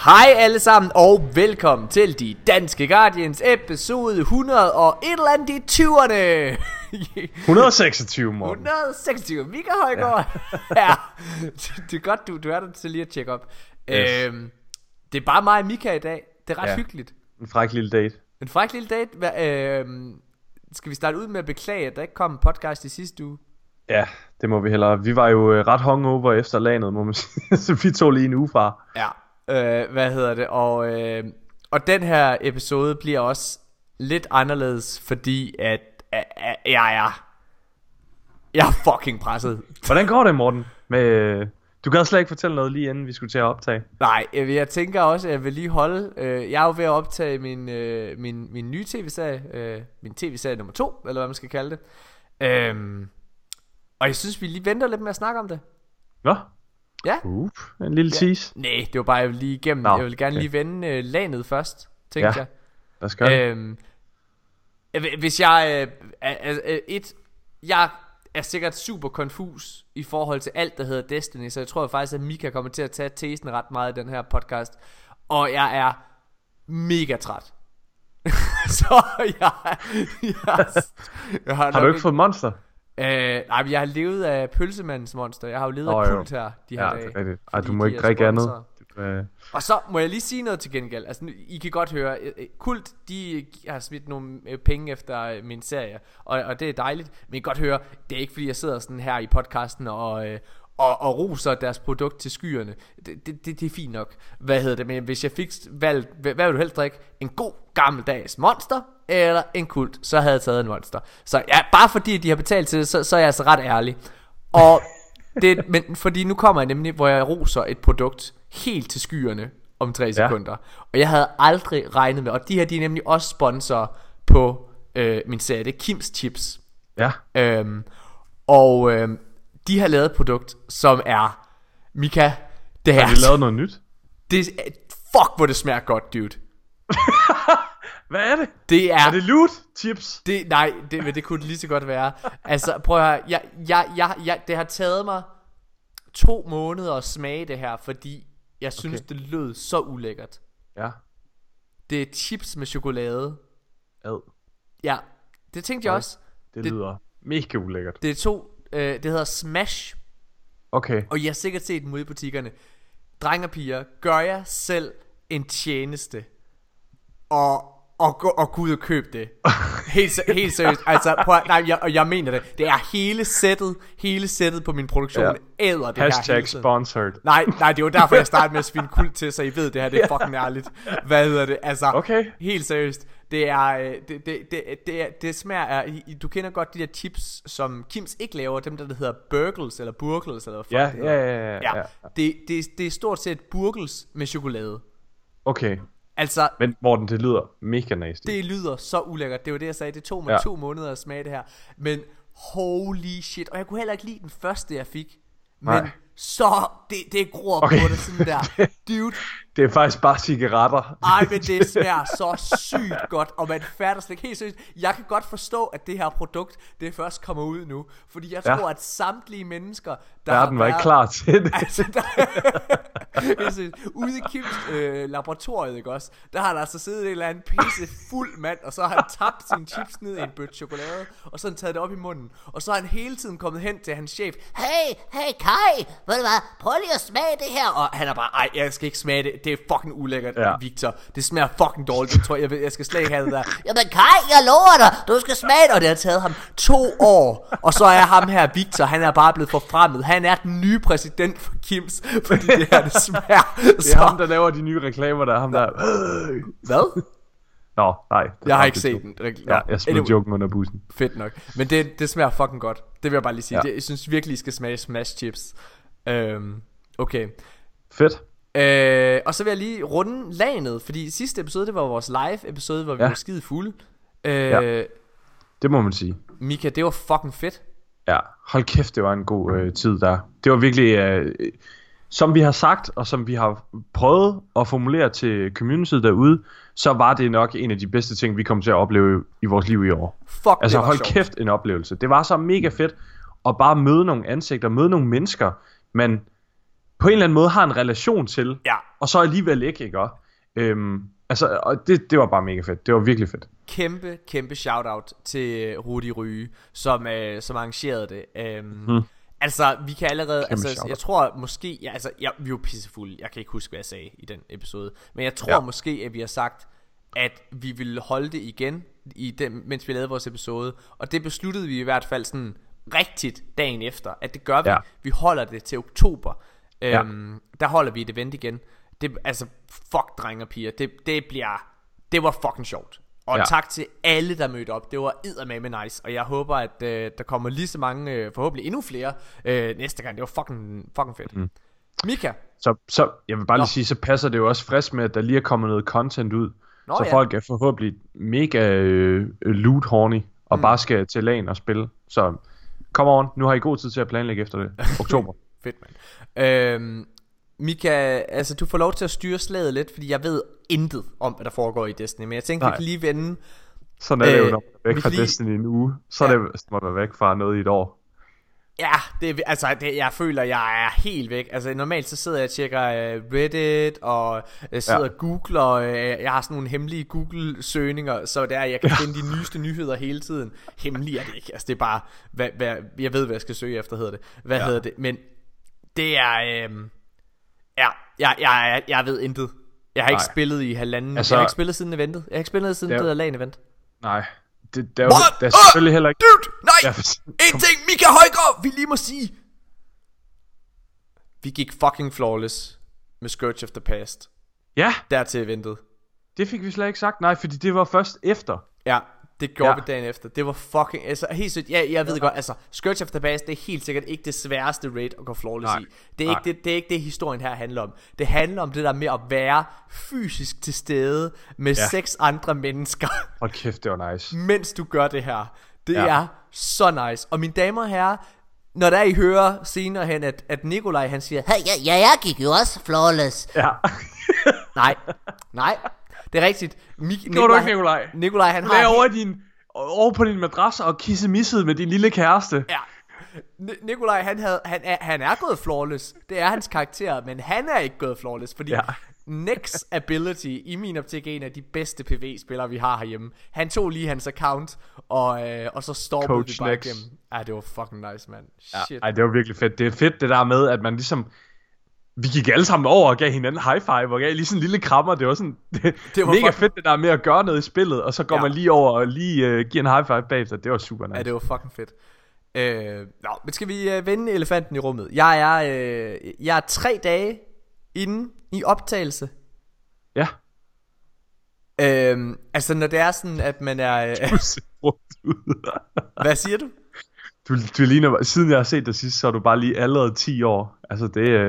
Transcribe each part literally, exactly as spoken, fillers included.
Hej alle sammen og velkommen til De Danske Guardians episode hundrede og et eller andet i tyverne. et hundrede og seksogtyve, Morten. et hundrede og seksogtyve, Mika Højgaard. Ja, ja. Det er godt du, du er der til lige at tjekke op. Yes. øhm, Det er bare mig og Mika i dag. Det er ret ja. hyggeligt. En fræk lille date. En fræk lille date. Hva, øhm, Skal vi starte ud med at beklage at der ikke kom en podcast i sidste uge? Ja, det må vi hellere. Vi var jo ret hungover efter lanet, må man sige. Så vi tog lige en uge fra. Ja. Øh, hvad hedder det? Og, øh, og den her episode bliver også lidt anderledes, fordi at, at, at jeg er Jeg er fucking presset. Hvordan går det, Morten? Med, du gad slet ikke fortælle noget lige inden vi skulle til at optage. Nej, jeg, jeg tænker også at jeg vil lige holde øh, Jeg er jo ved at optage min, øh, min, min nye tv-serie, øh, min tv-serie nummer to, eller hvad man skal kalde det. øhm, Og jeg synes vi lige venter lidt med at snakke om det. Hvad? Ja. Uh, en lille ja. tease. Nej, det var bare jeg vil lige igennem. no, Jeg vil gerne okay. lige vende øh, lanet først, tænkte ja. jeg. Lad os gøre øhm, Hvis jeg øh, er, er, et Jeg er sikkert super konfus i forhold til alt der hedder Destiny, så jeg tror faktisk at Mika kommer til at tage tesen ret meget i den her podcast. Og jeg er mega træt. Så jeg, jeg, jeg har, har du ikke fået monster? Øh, nej, men jeg har levet af pølsemandens monster. Jeg har jo levet oh, af kult her de her ja, dage. det Ej, du må ikke drikke andet. øh. Og så må jeg lige sige noget til gengæld. Altså, I kan godt høre, Kult, de har smidt nogle penge efter min serie, og, og det er dejligt. Men I kan godt høre, det er ikke fordi jeg sidder sådan her i podcasten og, og, og roser deres produkt til skyerne. Det, det, det, det er fint nok. Hvad hedder det? Men hvis jeg fik valgt, hvad, hvad vil du helst drikke? En god gammeldags monster eller en Kult, så havde jeg taget en monster. Så ja, bare fordi de har betalt til det, så, så er jeg altså ret ærlig. Og det, men fordi nu kommer jeg nemlig, hvor jeg roser et produkt helt til skyerne om tre sekunder. Ja. Og jeg havde aldrig regnet med, og de her de er nemlig også sponsorer på øh, min serie. Det er Kims Chips. Ja. øhm, Og øhm, de har lavet et produkt, som er Mika, det her. Har de lavet noget nyt? Det, fuck hvor det smager godt, dude. Hvad er det? Det er, er det loot chips? Det, nej, det, det kunne det lige så godt være. Altså prøv at høre, jeg, jeg, jeg, jeg, det har taget mig to måneder at smage det her, fordi jeg synes okay. det lød så ulækkert. Ja. Det er chips med chokolade. Ad. Ja, det tænkte jeg okay. også. Det, det lyder mega ulækkert. Det er to, øh, det hedder Smash. Okay. Og jeg har sikkert set dem ude i butikkerne. Drenge og piger, gør jeg selv en tjeneste og Og gå og gå ud og købe det. Helt, helt seriøst. Altså, prøv, nej, jeg, og jeg mener det. Det er hele sættet, hele sættet på min produktion ja. æder det Hashtag her. Hashtag sponsored. Nej, nej, det var derfor jeg startede med at svine Kult til, så I ved det her, det er fucking ærligt. Hvad hedder det? Altså, okay. helt seriøst. Det er, det, det, det, det, er, det smager af, du kender godt de der chips, som Kims ikke laver, dem der, der hedder Burgles eller Burgles eller hvad fuck ja, ja, ja, ja, ja, ja. Det, det, det er stort set Burgles med chokolade. Okay. Altså, men Morten, det lyder mega nasty. Det lyder så ulækkert. Det var det jeg sagde. Det tog mig ja. to måneder at smage det her. Men holy shit. Og jeg kunne heller ikke lide den første jeg fik. Men nej. så det, det gror okay. på det sådan der. Dude. Det er faktisk bare cigaretter. Ej, men det smager så sygt godt. Og man fatter slet ikke helt seriøst. Jeg kan godt forstå at det her produkt, det først kommer ud nu. Fordi jeg tror ja. at samtlige mennesker der verden var været, ikke klar til det. Altså der, ude i Kims øh, laboratoriet, ikke også, der har der altså siddet en eller anden pisse fuld mand, og så har han tabt sine chips ned i en bøtte chokolade, og så har han taget det op i munden, og så har han hele tiden kommet hen til hans chef. Hey, hey Kai, ved du hvad, prøv lige at smage det her. Og han er bare, ej, jeg skal ikke smage det, det er fucking ulækkert, ja. Victor. Det smager fucking dårligt, det tror jeg, jeg, jeg skal slet ikke have det der. Jamen Kai, jeg lover dig, du skal smage det. Og det har taget ham to år, og så er ham her Victor, han er bare blevet forfremmet. Han er den nye præsident for Kims, fordi det her, det smager. Det er ham, der laver de nye reklamer, der er ham der. Hvad? Nå, nej. Jeg har ikke set den. Ja, jeg smider anyway. Joken under bussen. Fedt nok. Men det, det smager fucking godt. Det vil jeg bare lige sige. Ja. Det, jeg synes virkelig, I skal smage Smash Chips. Øhm, okay. Fedt. Øh, og så vil jeg lige runde lanet, fordi sidste episode, det var vores live episode, hvor vi ja. var skide fulde. Øh, ja. Det må man sige. Mika, det var fucking fedt. Ja, hold kæft, det var en god øh, tid der. Det var virkelig, øh, som vi har sagt, og som vi har prøvet at formulere til communityet derude, så var det nok en af de bedste ting, vi kom til at opleve i vores liv i år. Fuck, altså hold sjovt. Kæft, en oplevelse. Det var så mega fedt at bare møde nogle ansigter, møde nogle mennesker, man på en eller anden måde har en relation til, ja. og så alligevel ikke, ikke også? Øhm, altså, og det, det var bare mega fedt. Det var virkelig fedt. Kæmpe, kæmpe shout-out til Rudi Ryge, som, øh, som arrangerede det. Øhm, hmm. Altså, vi kan allerede, altså, jeg tror måske, ja, altså, ja, vi var pissefulde. Jeg kan ikke huske, hvad jeg sagde i den episode. Men jeg tror ja. måske, at vi har sagt, at vi ville holde det igen, i den, mens vi lavede vores episode. Og det besluttede vi i hvert fald sådan rigtigt dagen efter, at det gør vi. Ja. Vi holder det til oktober. Ja. Øhm, der holder vi et event igen. Det, altså, fuck drenge og piger. Det, det bliver, det var fucking sjovt. Og ja. tak til alle, der mødte op. Det var eddermame nice. Og jeg håber, at øh, der kommer lige så mange, øh, forhåbentlig endnu flere, øh, næste gang. Det var fucking, fucking fedt. Mm. Mika? Så, så jeg vil bare Nå. lige sige, så passer det jo også frisk med, at der lige er kommet noget content ud. Nå, så ja. folk er forhåbentlig mega øh, loot horny og mm. bare skal til lagen og spille. Så come on, nu har I god tid til at planlægge efter det. Oktober. Fedt, mand. Øhm, Mika, altså du får lov til at styre slaget lidt, fordi jeg ved intet om, hvad der foregår i Destiny. Men jeg tænkte, Nej. vi kan lige vende. Sådan er det jo, når man er væk fra lige... Destiny en uge. Så ja. er det, må man væk fra noget i et år. Ja, det, altså det, jeg føler jeg er helt væk. Altså normalt så sidder jeg og tjekker uh, Reddit og uh, sidder ja. og googler uh, Jeg har sådan nogle hemmelige Google søgninger, så der jeg kan finde de nyeste nyheder hele tiden. Hemmelige er det ikke. Altså det er bare hvad, hvad, jeg ved hvad jeg skal søge efter, hedder det. Hvad ja. hedder det? Men det er uh, ja, jeg, jeg, jeg ved intet. Jeg har ikke Nej. spillet i halvanden altså, Jeg har ikke spillet siden eventet. Jeg har ikke spillet siden det der LAN event. Nej. Det, der, er jo, der er selvfølgelig heller ikke Dude, nej, ja, en ting Mika Højgaard vi lige må sige. Vi gik fucking flawless med Scourge of the Past. Ja. Der til eventet. Det fik vi slet ikke sagt. Nej, fordi det var først efter. Ja, det gjorde ja. vi dagen efter. Det var fucking, altså helt sødt. Ja, jeg ved ja. godt, altså Scourge of the Past, det er helt sikkert ikke det sværeste raid at gå flawless Nej. i. Det er, ikke det, det er ikke det historien her handler om. Det handler om det der med at være fysisk til stede med ja. seks andre mennesker. Hold kæft, det var nice. Mens du gør det her. Det ja. er så nice. Og mine damer og herrer, når der I hører senere hen, at, at Nikolaj han siger, hey, ja, ja, jeg gik jo også flawless. Ja. nej, nej. Det er rigtigt. Mik- Nikolaj, du ikke, Nikolaj? Nikolaj han har over, din, over på din madras og kissemissede med din lille kæreste. Ja. N- Nikolaj han, havde, han, er, han er gået flawless. Det er hans karakter. Men han er ikke gået flawless. Fordi ja. Next Ability i min optik er en af de bedste P V spillere vi har herhjemme. Han tog lige hans account Og, øh, og så stoppede vi bare igennem. Ja, det var fucking nice, man. Shit. Ja, ej, det var virkelig fedt. Det er fedt det der med at man ligesom, vi gik alle sammen over og gav hinanden high five og gav lige sådan en lille krammer. Det var sådan det, det var mega fucking fedt det der med at gøre noget i spillet. Og så går ja. man lige over og lige uh, giver en high five bagefter. Det var super nice. Ja, det var fucking fedt. øh, Nå, men skal vi uh, vende elefanten i rummet? Jeg er, øh, jeg er tre dage inde i optagelse. Ja. Øhm, altså når det er sådan at man er øh, hvad siger du? Du, du ligner, siden jeg har set dig sidst, så er du bare lige allerede ti år. Altså det øh...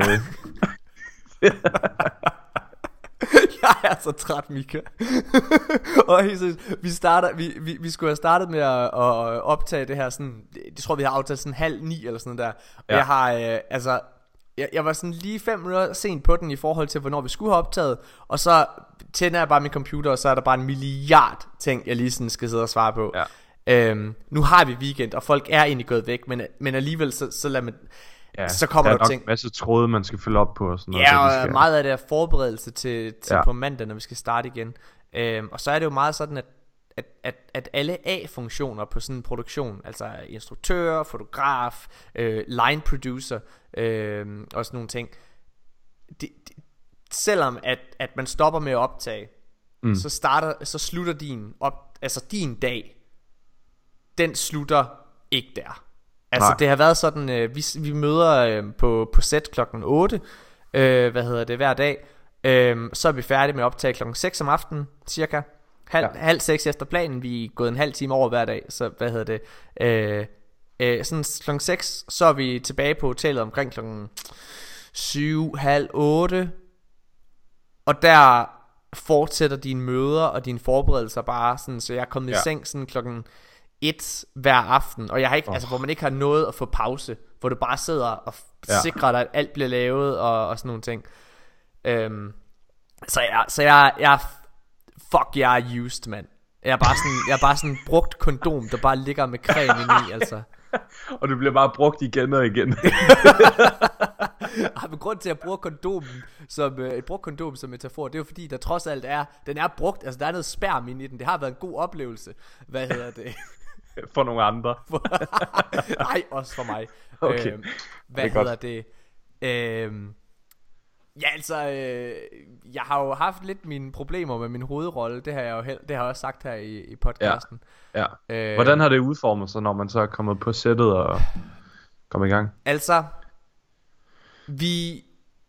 Jeg er så træt, Mika. Og vi starter, vi, vi, vi skulle have startet med at, at optage det her sådan, jeg tror vi har aftalt sådan halv ni eller sådan der. Og ja. jeg har øh, altså jeg, jeg var sådan lige fem minutter sent på den i forhold til hvornår vi skulle have optaget. Og så tænder jeg bare min computer, og så er der bare en milliard ting jeg lige sådan skal sidde og svare på. Ja. Øhm, nu har vi weekend, og folk er egentlig gået væk, men, men alligevel så, så lader man, ja, så kommer der, der ting. Der er nok en masse tråde man skal følge op på og sådan noget. Ja, og skal... meget af det er forberedelse til, til ja. på mandag, når vi skal starte igen. øhm, Og så er det jo meget sådan at At, at, at alle A-funktioner på sådan en produktion, altså instruktør, fotograf, øh, line producer øh, og sådan nogle ting, de, de, selvom at, at man stopper med at optage, mm. så starter, så slutter din op, altså din dag, den slutter ikke der. Altså Nej. det har været sådan, øh, vi, vi møder øh, på, på set klokken otte, øh, hvad hedder det, hver dag, øh, så er vi færdige med at optage klokken seks om aftenen, cirka. Halv, ja. halv seks efter planen. Vi er gået en halv time over hver dag. Så hvad hedder det øh, øh, sådan klokken seks. Så er vi tilbage på hotellet omkring klokken syv, halv otte. Og der fortsætter dine møder og dine forberedelser bare sådan. Så jeg er kommet ja. i seng sådan klokken et hver aften. Og jeg har ikke, oh. altså hvor man ikke har noget at få pause, hvor du bare sidder og ja. sikrer dig at alt bliver lavet og, og sådan nogle ting. øhm, Så jeg, så jeg, jeg fuck, jeg er used, mand. Jeg er bare sådan, jeg er bare sådan brugt kondom, der bare ligger med creme i, altså. Og det bliver bare brugt igen og igen. Ej, men grund til at bruge kondomen som øh, et brugt kondom som metafor, det er jo fordi der trods alt er, den er brugt, altså der er noget sperm inde i den. Det har været en god oplevelse. Hvad hedder det? For nogle andre. Nej, også for mig. Okay. øh, Hvad det hedder det? Øh, Ja, altså, øh, jeg har jo haft lidt mine problemer med min hovedrolle. Det har jeg jo held, det har jeg også sagt her i, i podcasten. Ja, ja. Øh, Hvordan har det udformet sig, når man så er kommet på sættet og kommet i gang? Altså, vi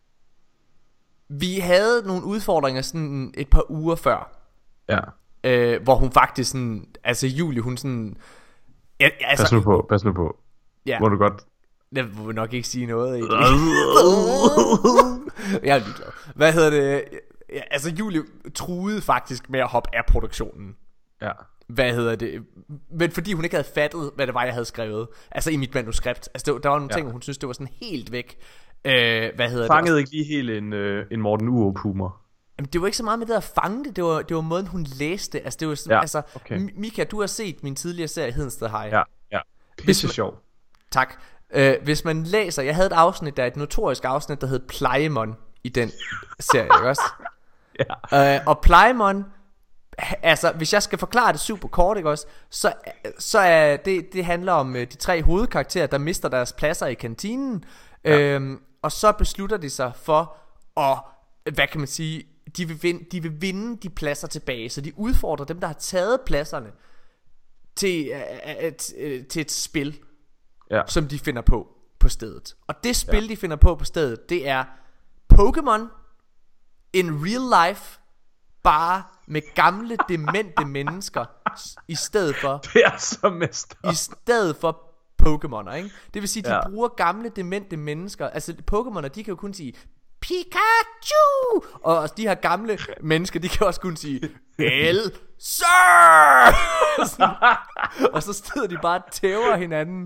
vi havde nogle udfordringer sådan et par uger før. Ja. Øh, hvor hun faktisk sådan, altså Julie, hun sådan... Ja, altså, pas nu på, pas nu på. Ja. Må du godt... Jeg vil nok ikke sige noget egentlig. Jeg er ligeglad. Hvad hedder det? Ja, altså Julie truede faktisk med at hoppe af produktionen. Ja. Hvad hedder det? Men fordi hun ikke havde fattet, hvad det var, jeg havde skrevet. Altså i mit manuskript. Altså det, der var nogle ting, ja. Hun synes, det var sådan helt væk. øh, Hvad hedder Fangede det? ikke lige helt en, øh, en Morten Urup-humor. Jamen, det var ikke så meget med det at fange det. Det var, det var måden hun læste. Altså det var sådan, ja, altså okay. Mika, du har set min tidligere serie Hedensted High. Ja, ja. Pisse sjov. Tak. Uh, hvis man læser, jeg havde et afsnit, der er et notorisk afsnit, der hed Plejemon i den serie, ikke også? Ja. Uh, og Plejemon, altså hvis jeg skal forklare det super kort, ikke også, så, så er det, det handler om uh, de tre hovedkarakterer, der mister deres pladser i kantinen, ja. uh, og så beslutter de sig for at, hvad kan man sige, de vil, vinde, de vil vinde de pladser tilbage, så de udfordrer dem, der har taget pladserne til, uh, uh, til et spil. Ja. Som de finder på på stedet. Og det spil, ja. De finder på på stedet, det er Pokémon in real life, bare med gamle demente mennesker i stedet for. Det er så mester. I stedet for Pokémoner, ikke? Det vil sige, de ja. bruger gamle demente mennesker. Altså Pokémoner, de kan jo kun sige Pikachu, og de her gamle mennesker, de kan også kun sige El Sir. Og så steder de bare og tæver hinanden.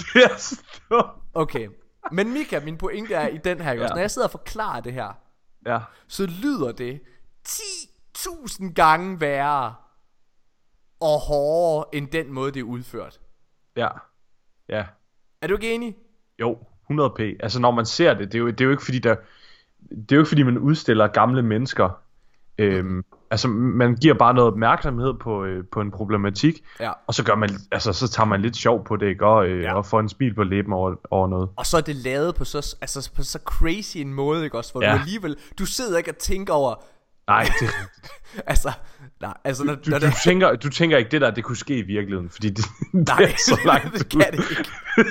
Okay. Men Mika, min pointe er i den her, ja. Når jeg sidder og forklarer det her, ja. Så lyder det ti tusind gange værre og hårdere end den måde det er udført. Ja. Ja. Er du ikke enig? Jo, hundrede p. Altså når man ser det, det er jo, det er jo ikke fordi der Det er jo ikke fordi man udstiller gamle mennesker. Øhm, altså man giver bare noget opmærksomhed på, øh, på en problematik, ja. Og så gør man, altså så tager man lidt sjov på det, ikke? Og, øh, ja. Og får en smil på læben over, over noget. Og så er det lavet på så, altså på så crazy en måde, ikke også? Hvor ja. Du alligevel, du sidder ikke og tænker over. Nej, det altså, nej, altså når, du, når du, det... du, tænker, du tænker ikke det der, det kunne ske i virkeligheden, fordi det, nej, det er så langt. Det kan det ikke.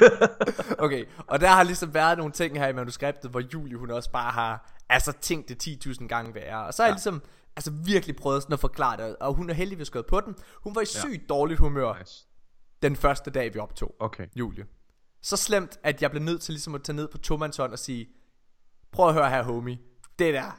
Okay, og der har ligesom været nogle ting her i manuskriptet, hvor Julie hun også bare har altså tænkt det ti tusind gange værre. Og så har ja. Jeg ligesom altså virkelig prøvet sådan at forklare det, og hun er heldigvis gået på den. Hun var i sygt ja. Dårligt humør nice. Den første dag vi optog. Okay. Julie. Så slemt at jeg blev nødt til ligesom at tage ned på tomandshånd og sige: prøv at høre her homie, det der,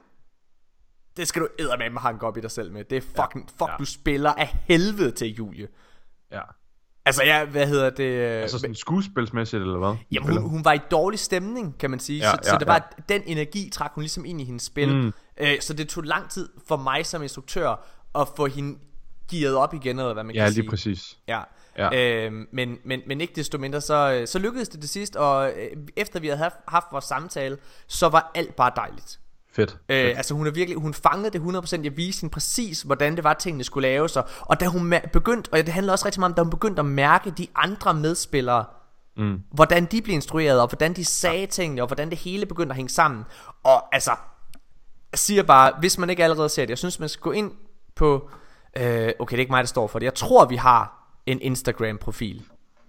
det skal du eddermame hanke op i dig selv med. Det er fucking, ja. Fuck ja. Du spiller af helvede til, Julie. Ja. Altså ja, hvad hedder det? Altså sådan skuespilsmæssigt eller hvad? Jamen hun, hun var i dårlig stemning, kan man sige. Ja, så, ja, så det var ja. Den energi trak hun ligesom ind i hendes spil. mm. øh, Så det tog lang tid for mig som instruktør at få hende gearet op igen, eller hvad man ja, kan sige. Ja, lige præcis. Ja. Ja. Øh, men, men, men ikke desto mindre så, så lykkedes det til sidst. Og øh, efter vi havde haft, haft vores samtale, så var alt bare dejligt. Fedt, fedt. Øh, altså hun er virkelig, hun fangede det hundrede procent. Jeg viste hende præcis hvordan det var tingene skulle laves. Og, og da hun begyndte, og det handler også rigtig meget om, da hun begyndte at mærke de andre medspillere, mm. hvordan de blev instrueret, og hvordan de sagde ja. Tingene, og hvordan det hele begyndte at hænge sammen. Og altså, jeg siger bare, hvis man ikke allerede ser det, jeg synes man skal gå ind på øh, okay, det er ikke mig der står for det. Jeg tror vi har en Instagram profil.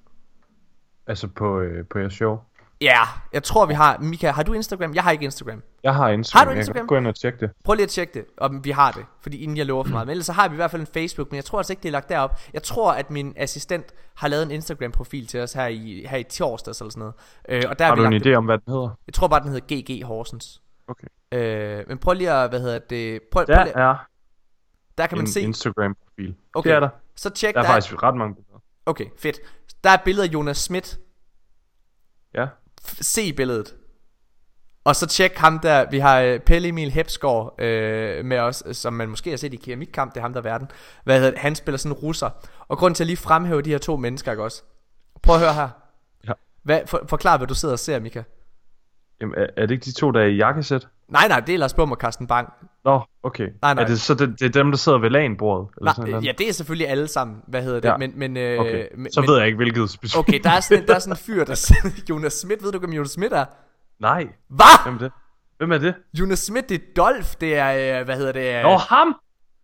Altså på, øh, på jeres show. Ja, jeg tror vi har. Mika, har du Instagram? Jeg har ikke Instagram. Jeg har Instagram. Har du Instagram? Jeg kan gå ind og tjekke det. Prøv lige at tjekke det, om vi har det, fordi inden jeg lover for meget. Men ellers så har vi i hvert fald en Facebook, men jeg tror altså ikke det er lagt derop. Jeg tror at min assistent har lavet en Instagram profil til os her i her i torsdags eller sådan noget. Øh, og der har vi du en idé det. Om hvad den hedder? Jeg tror bare den hedder G G Horsens. Okay. Øh, men prøv lige at hvad hedder det? Prøv, der prøv lige, er. Der kan man en se Instagram profil. Okay. Det er der. Så tjek der. Der er faktisk ret mange billeder. Okay, fedt. Der er billeder af Jonas Schmidt. Ja. Se billedet. Og så tjek ham der. Vi har Pelle Emil Hepsgaard øh, med os, som man måske har set i keramikkamp. Det er ham der er verden. Hvad hedder det? Han spiller sådan en russer. Og grunden til at lige fremhæve de her to mennesker, ikke også? Prøv at høre her. Ja. Hvad, for, forklar hvad du sidder og ser, Mika. Jamen, er, er det ikke de to, der er i jakkesæt? Nej, nej, det er Lars Bum og Carsten Bang. Nå, okay. Nej, nej. Er det så det, det er dem, der sidder ved lagenbordet? Eller Nej, sådan noget? ja, det er selvfølgelig alle sammen. Hvad hedder det? Ja. Men, men, øh, Okay, men, så men, ved jeg ikke, hvilket specifikt. Okay, der er sådan, der er sådan en fyr, der siger, Jonas Schmidt, ved du, hvem Jonas Schmidt er? Nej. Hvad? Hvem er det? Hvem er det? Jonas Schmidt, det er Dolph, det er, øh, hvad hedder det? Øh... Nå, ham!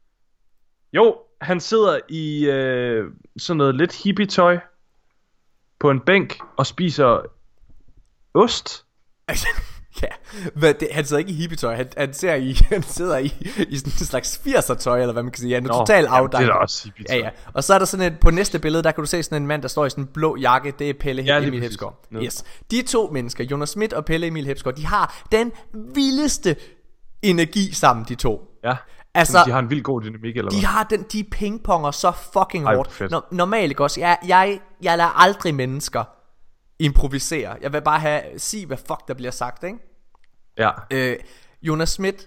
Jo, han sidder i øh, sådan noget lidt hippie-tøj på en bænk og spiser ost. Ja, hvad, det, han sidder ikke i hippietøj, han, han, ser i, han sidder i, i sådan en slags firser-tøj, eller hvad man kan sige. Han er totalt afdanket. Det er da også hippietøj. Ja, ja. Og så er der sådan et, på næste billede, der kan du se sådan en mand, der står i sådan en blå jakke. Det er Pelle Ja, Emil Hepsgaard. Yes. De to mennesker, Jonas Schmidt og Pelle Emil Hepsgaard, de har den vildeste energi sammen, de to. Ja, Altså, de har en vild god dynamik, eller hvad? de har den, de pingponger så fucking Ej, hårdt. fedt. Når, normalt ikke også. Jeg, jeg, jeg lader aldrig mennesker improvisere. Jeg vil bare have sige, hvad fuck der bliver sagt, ikke? Ja. Øh, Jonas Schmidt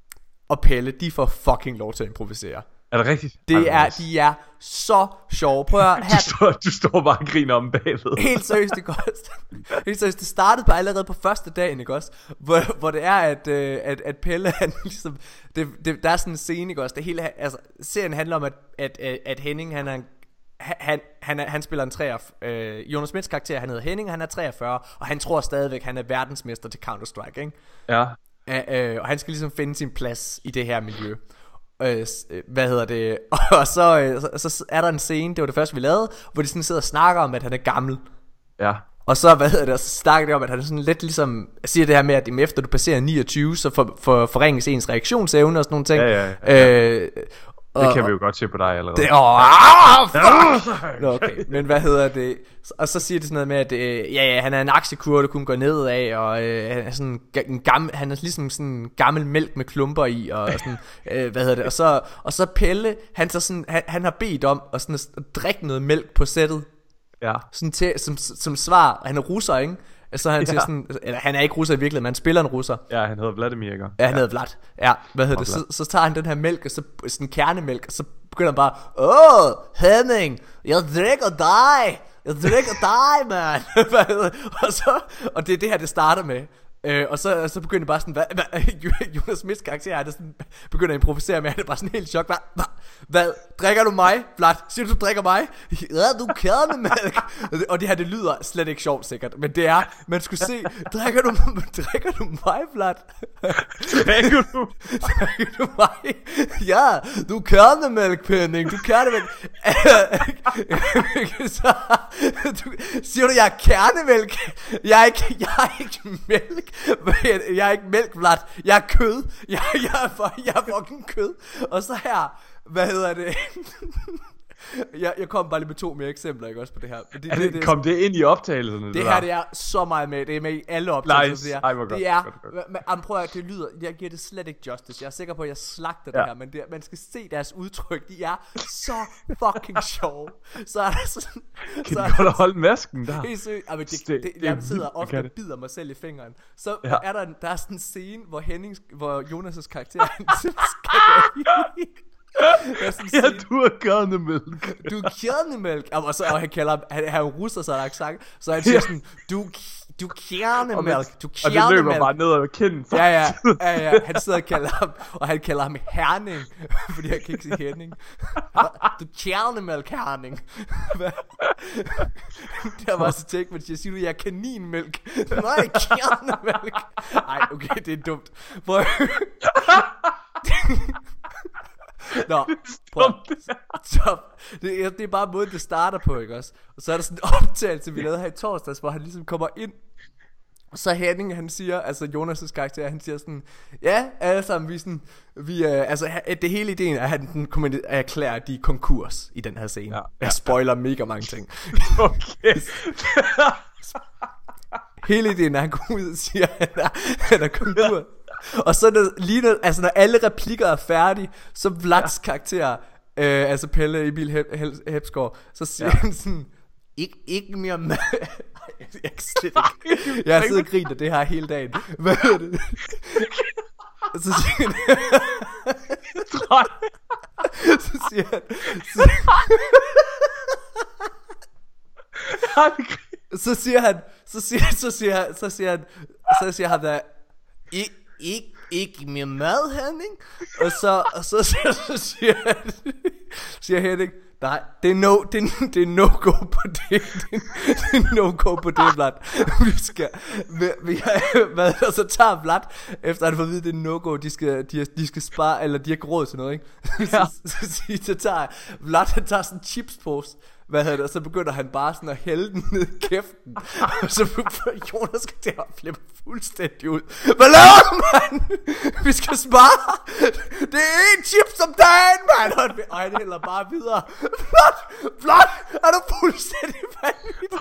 og Pelle, de får fucking lov til at improvisere. Er det rigtigt? Det Ej, er, nice. de er så sjove. Prøv at Du her. står, du står bare og griner om bagved. Helt seriøst, det godt. Helt seriøst, det startede bare allerede på første dagen, ikke også? Hvor, hvor det er, at, øh, at, at Pelle, han ligesom, det, det, der er sådan en scene, ikke også? Det hele, altså, serien handler om, at, at, at Henning, han er en, han, han, er, han spiller en treer, øh, Jonas Schmidts karakter, han hedder Henning, han er treogfyrre, og han tror stadigvæk, han er verdensmester til Counter-Strike, ikke? Ja. Øh, og han skal ligesom finde sin plads i det her miljø. Øh, hvad hedder det? Og så, øh, så, så er der en scene, det var det første vi lavede, hvor de sådan sidder og snakker om, at han er gammel. Ja. Og så, hvad hedder det, og så snakker de om, at han er sådan lidt ligesom, siger det her med, at efter du passerer niogtyve, så for, for, forringes ens reaktionsevne og sådan nogle ting. Ja, ja, ja. Øh, Det og, kan vi jo godt se på dig allerede. det, åh, ah, fuck! Nå, okay, men hvad hedder det? Og så siger de sådan noget med, at øh, ja, ja, han er en aktiekurve, der kunne gå ned af, og øh, han er sådan en gammel, han er ligesom sådan en gammel mælk med klumper i, og sådan, øh, hvad hedder det? Og så, og så Pelle, han, så sådan, han, han har bedt om at, sådan, at drikke noget mælk på sættet, Ja. sådan til, som, som svar. Han er russer, ikke? Så han siger Ja. sådan, eller han er ikke russer i virkeligheden, men han spiller en russer. Ja, han hedder Vladimir, ikke? Ja, han hedder Vlad. Ja, hvad hedder Og det? Vlad. Så, så tager han den her mælk, og så sådan kernemælk, og så begynder han bare, åh, Henning, jeg drikker dig. Jeg drikker dig, man. Hvad hedder det? og så, og det er det her, det starter med. Øh, og så, så begynder det bare sådan, hvad, hvad, Jonas Schmidts karakter er det sådan, begynder at improvisere med, han er bare sådan helt chok. Hvad, hvad, hvad, drikker du mig, Vlad? Siger du, du drikker mig? Ja, du kender mælk. Og det her, det lyder slet ikke sjovt sikkert, men det er, man skulle se, drikker du, drikker du mig, Vlad? Drikker du? Drikker du mig? Ja, du kender mælk, Penning, du kender mælk. Så, du, siger du, jeg er kernemælk? Jeg er ikke, jeg er ikke mælk. Jeg er ikke mælk, Vlad. Jeg er kød. Jeg, jeg, er, for, jeg er fucking kød. Og så her, hvad hedder det? jeg, jeg kom bare lige med to mere eksempler, ikke også på det her. Det, det, det, det, kom det ind i optagelserne? Det, det her, der? det er så meget med. Det er med i alle optagelser. Nice. Det er, Ej, hvor godt. det er godt, godt. men, men, prøv at det lyder. Jeg giver det slet ikke justice. Jeg er sikker på, at jeg slagter ja. det her. Men det, man skal se deres udtryk. De er så fucking sjove. Så er der sådan. Kan så du godt holde masken der? Helt seriøst. Det, det, det, det, det, jeg det sidder vildt, ofte og bider mig selv i fingeren. Så ja. er der, en, der er sådan en scene, hvor Henning, hvor Jonas' karakter han skal gå ja, du er kernemælk. Du er kernemælk. Og, så, og han kalder han, han russer sig en accent. Så han siger sådan, du du kernemælk. Du kernemælk. Og det løber bare ned ad kinden. Ja, ja, ja, ja. Han sidder og kalder ham, og han kalder ham Herning, fordi jeg kan ikke sige Henning. Du kernemælk, Herning. Der var så tænkt, men jeg siger du, jeg er kaninmælk. Nej, kernemælk. Ej, okay, det er dumt. Prøv. Nå, prøv. Stop. Det, er, det er bare måden det starter på, ikke også? Og så er der sådan en optagelse vi lavede her i torsdags, hvor han ligesom kommer ind. Og så Henning, han siger, altså Jonas' karakter, han siger sådan, ja, alle sammen, vi sådan, vi er, altså det hele ideen er, at han erklærer, at de er konkurs i den her scene. Ja, ja. Jeg spoiler mega mange ting. Okay. Hele ideen er, at han går ud og siger, at han er, han er konkurs. Og så når, lige når, altså når alle replikker er færdige, så Vlads ja. karakter, øh, altså Pelle Emil Hepsgaard, så siger ja. han sådan, ikke, ikke mere med. Jeg kan slet ikke. Jeg har siddet og grint af det her hele dagen. Hvad er det? Så siger han, så siger han, så, så siger han, så siger, så siger han, så siger han, så siger han da, ikke, ikke, ikke mere mad, Henning. Og så, og så, så, så siger, siger Henning, nej, det er no, det er, det er no go på det. Det er, det er no go på det, Vlad. Vi skal, vi, vi har, hvad, og så tager Vlad, efter at han får at vide, det er no go, de skal, de, de skal spare, eller de har ikke råd til noget, ikke? Ja. Så, så, så, så tager Vlad, han tager sådan en chipspose, hvad hedder det, og så begynder han bare sådan at hælde den ned i kæften. Og så Jonas skal der og flippe fuldstændig ud. Hvad laver du, mand? Vi skal spare. Det er en chips om dagen, mand. Og han hælder bare videre. Flot, flot. Er du fuldstændig vanvittig?